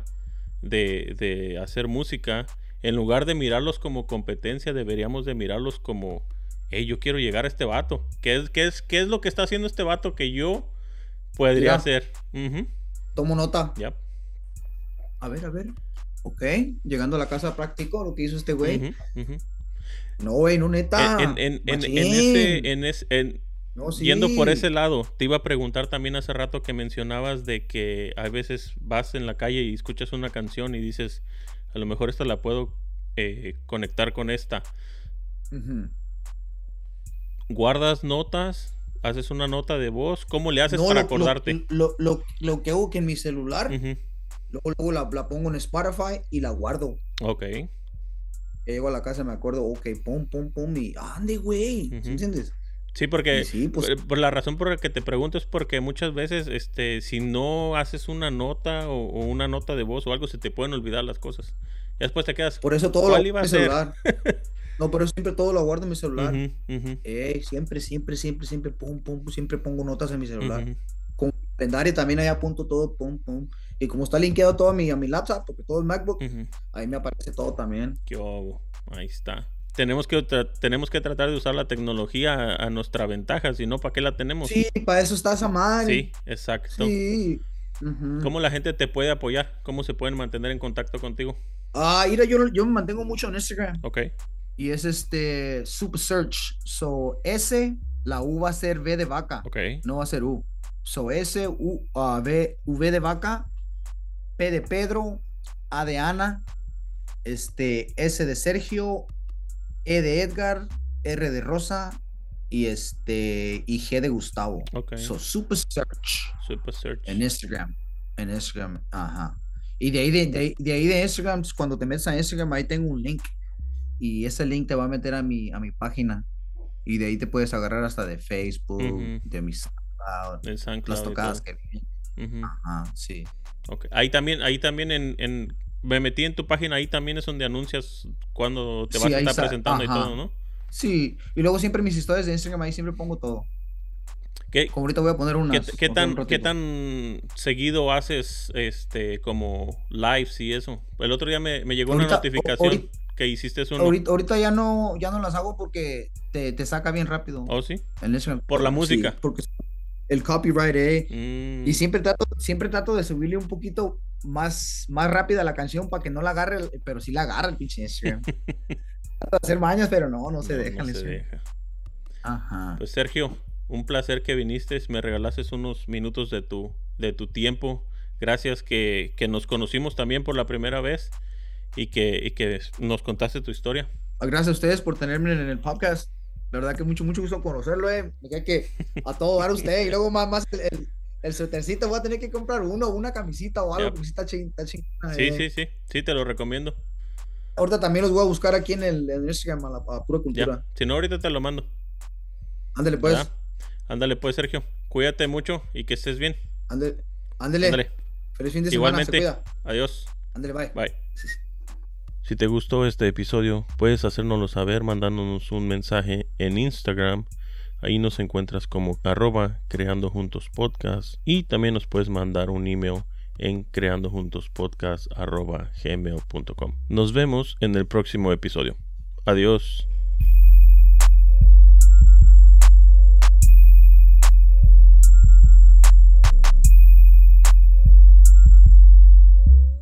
de hacer música, en lugar de mirarlos como competencia, deberíamos de mirarlos como, hey, yo quiero llegar a este vato. ¿Qué es lo que está haciendo este vato que yo podría Mira, hacer? Ujú. tomo nota. Yep. A ver, a ver. Ok, llegando a la casa practico lo que hizo este güey. Ujú, ujú. No, güey, no neta. Machín. No, Yendo por ese sí. lado, te iba a preguntar también hace rato que mencionabas de que a veces vas en la calle y escuchas una canción y dices, a lo mejor esta la puedo conectar con esta. Ujú. ¿Guardas notas? ¿Haces una nota de voz? ¿Cómo le haces No, para acordarte? lo que hago que en mi celular, Ujú. luego la pongo en Spotify y la guardo. Ok. Llego a la casa, me acuerdo, ok, pum, pum, pum, y ande, güey, ¿sí Ujú. entiendes? Sí, Y porque sí, pues por la razón por la que te pregunto es porque muchas veces, si no haces una nota o una nota de voz o algo, se te pueden olvidar las cosas. Ya después te quedas, por eso todo lo ¿cuál guardo iba en a mi ser? celular. No, pero siempre todo lo guardo en mi celular. Ujú, ujú, Siempre, siempre, siempre, siempre, pum, pum, pum, siempre pongo notas en mi celular. ujú, Con calendario también ahí apunto todo, pum, pum. Y como está linkeado todo a mi laptop, porque todo es MacBook, ujú. ahí me aparece todo también. ¿Qué hubo? Ahí está. Tenemos que tratar de usar la tecnología a nuestra ventaja, si no, ¿para qué la tenemos? Sí, para eso está esa madre. Sí, exacto. Sí. Ujú. ¿Cómo la gente te puede apoyar? ¿Cómo se pueden mantener en contacto contigo? Mira, yo me mantengo mucho en Instagram. Ok, Y es Super Search. So, la U va a ser V de vaca, ok, no va a ser U. So, V de vaca, P de Pedro, A de Ana, S de Sergio, E de Edgar, R de Rosa y G de Gustavo. ok. So, Super Search Super en Search. Instagram. En Instagram, ajá. Y de ahí de Instagram, cuando te metes a Instagram, ahí tengo un link. Y ese link te va a meter a mi página. Y de ahí te puedes agarrar hasta de Facebook, Ujú. de mis SoundCloud, En las SoundCloud y tocadas todo. que vienen. Ujú. Ajá, sí. Ok. Ahí también me metí en tu página, ahí también es donde anuncias cuando te Sí, vas a ahí estar está. presentando y todo, Ajá. ¿no? Sí. Y luego siempre mis historias de Instagram, ahí siempre pongo todo. ¿Qué, Como ahorita voy a poner qué, unas, qué voy a poner un tan, qué ratito. tan seguido haces como lives y eso? El otro día me llegó una Ahorita, notificación que hiciste uno. ahorita ya no las hago porque te saca bien rápido ¿Oh, sí? en Instagram. Por la Sí, música. porque el copyright, y Mm. siempre trato de subirle un poquito más rápida la canción para que no la agarre, pero sí la agarra el pinche Instagram. Trato de hacer mañas, pero no se No, deja no el se Instagram. deja. Ajá. Pues Sergio, un placer que viniste, me regalaste unos minutos de tu tiempo. Gracias que nos conocimos también por la primera vez y que nos contaste tu historia. Gracias a ustedes por tenerme en el podcast. La verdad que mucho, mucho gusto conocerlo, Me queda que a todo dar usted. Y luego más el suétercito voy a tener que comprar una camisita o algo, Ya. porque sí está chingada, Sí, sí, sí, sí, te lo recomiendo. Ahorita también los voy a buscar aquí en Instagram a pura Ya, cultura. si no, ahorita te lo mando. Ándale ¿Verdad? pues, Ándale pues, Sergio. Cuídate mucho y que estés bien. ándale, ándale. Ándale. Feliz fin de semana, se Igualmente. cuida. Adiós. Ándale, bye. Bye. Si te gustó este episodio, puedes hacérnoslo saber mandándonos un mensaje en Instagram. Ahí nos encuentras como @creandojuntospodcast y también nos puedes mandar un email en creandojuntospodcast@gmail.com. Nos vemos en el próximo episodio. Adiós.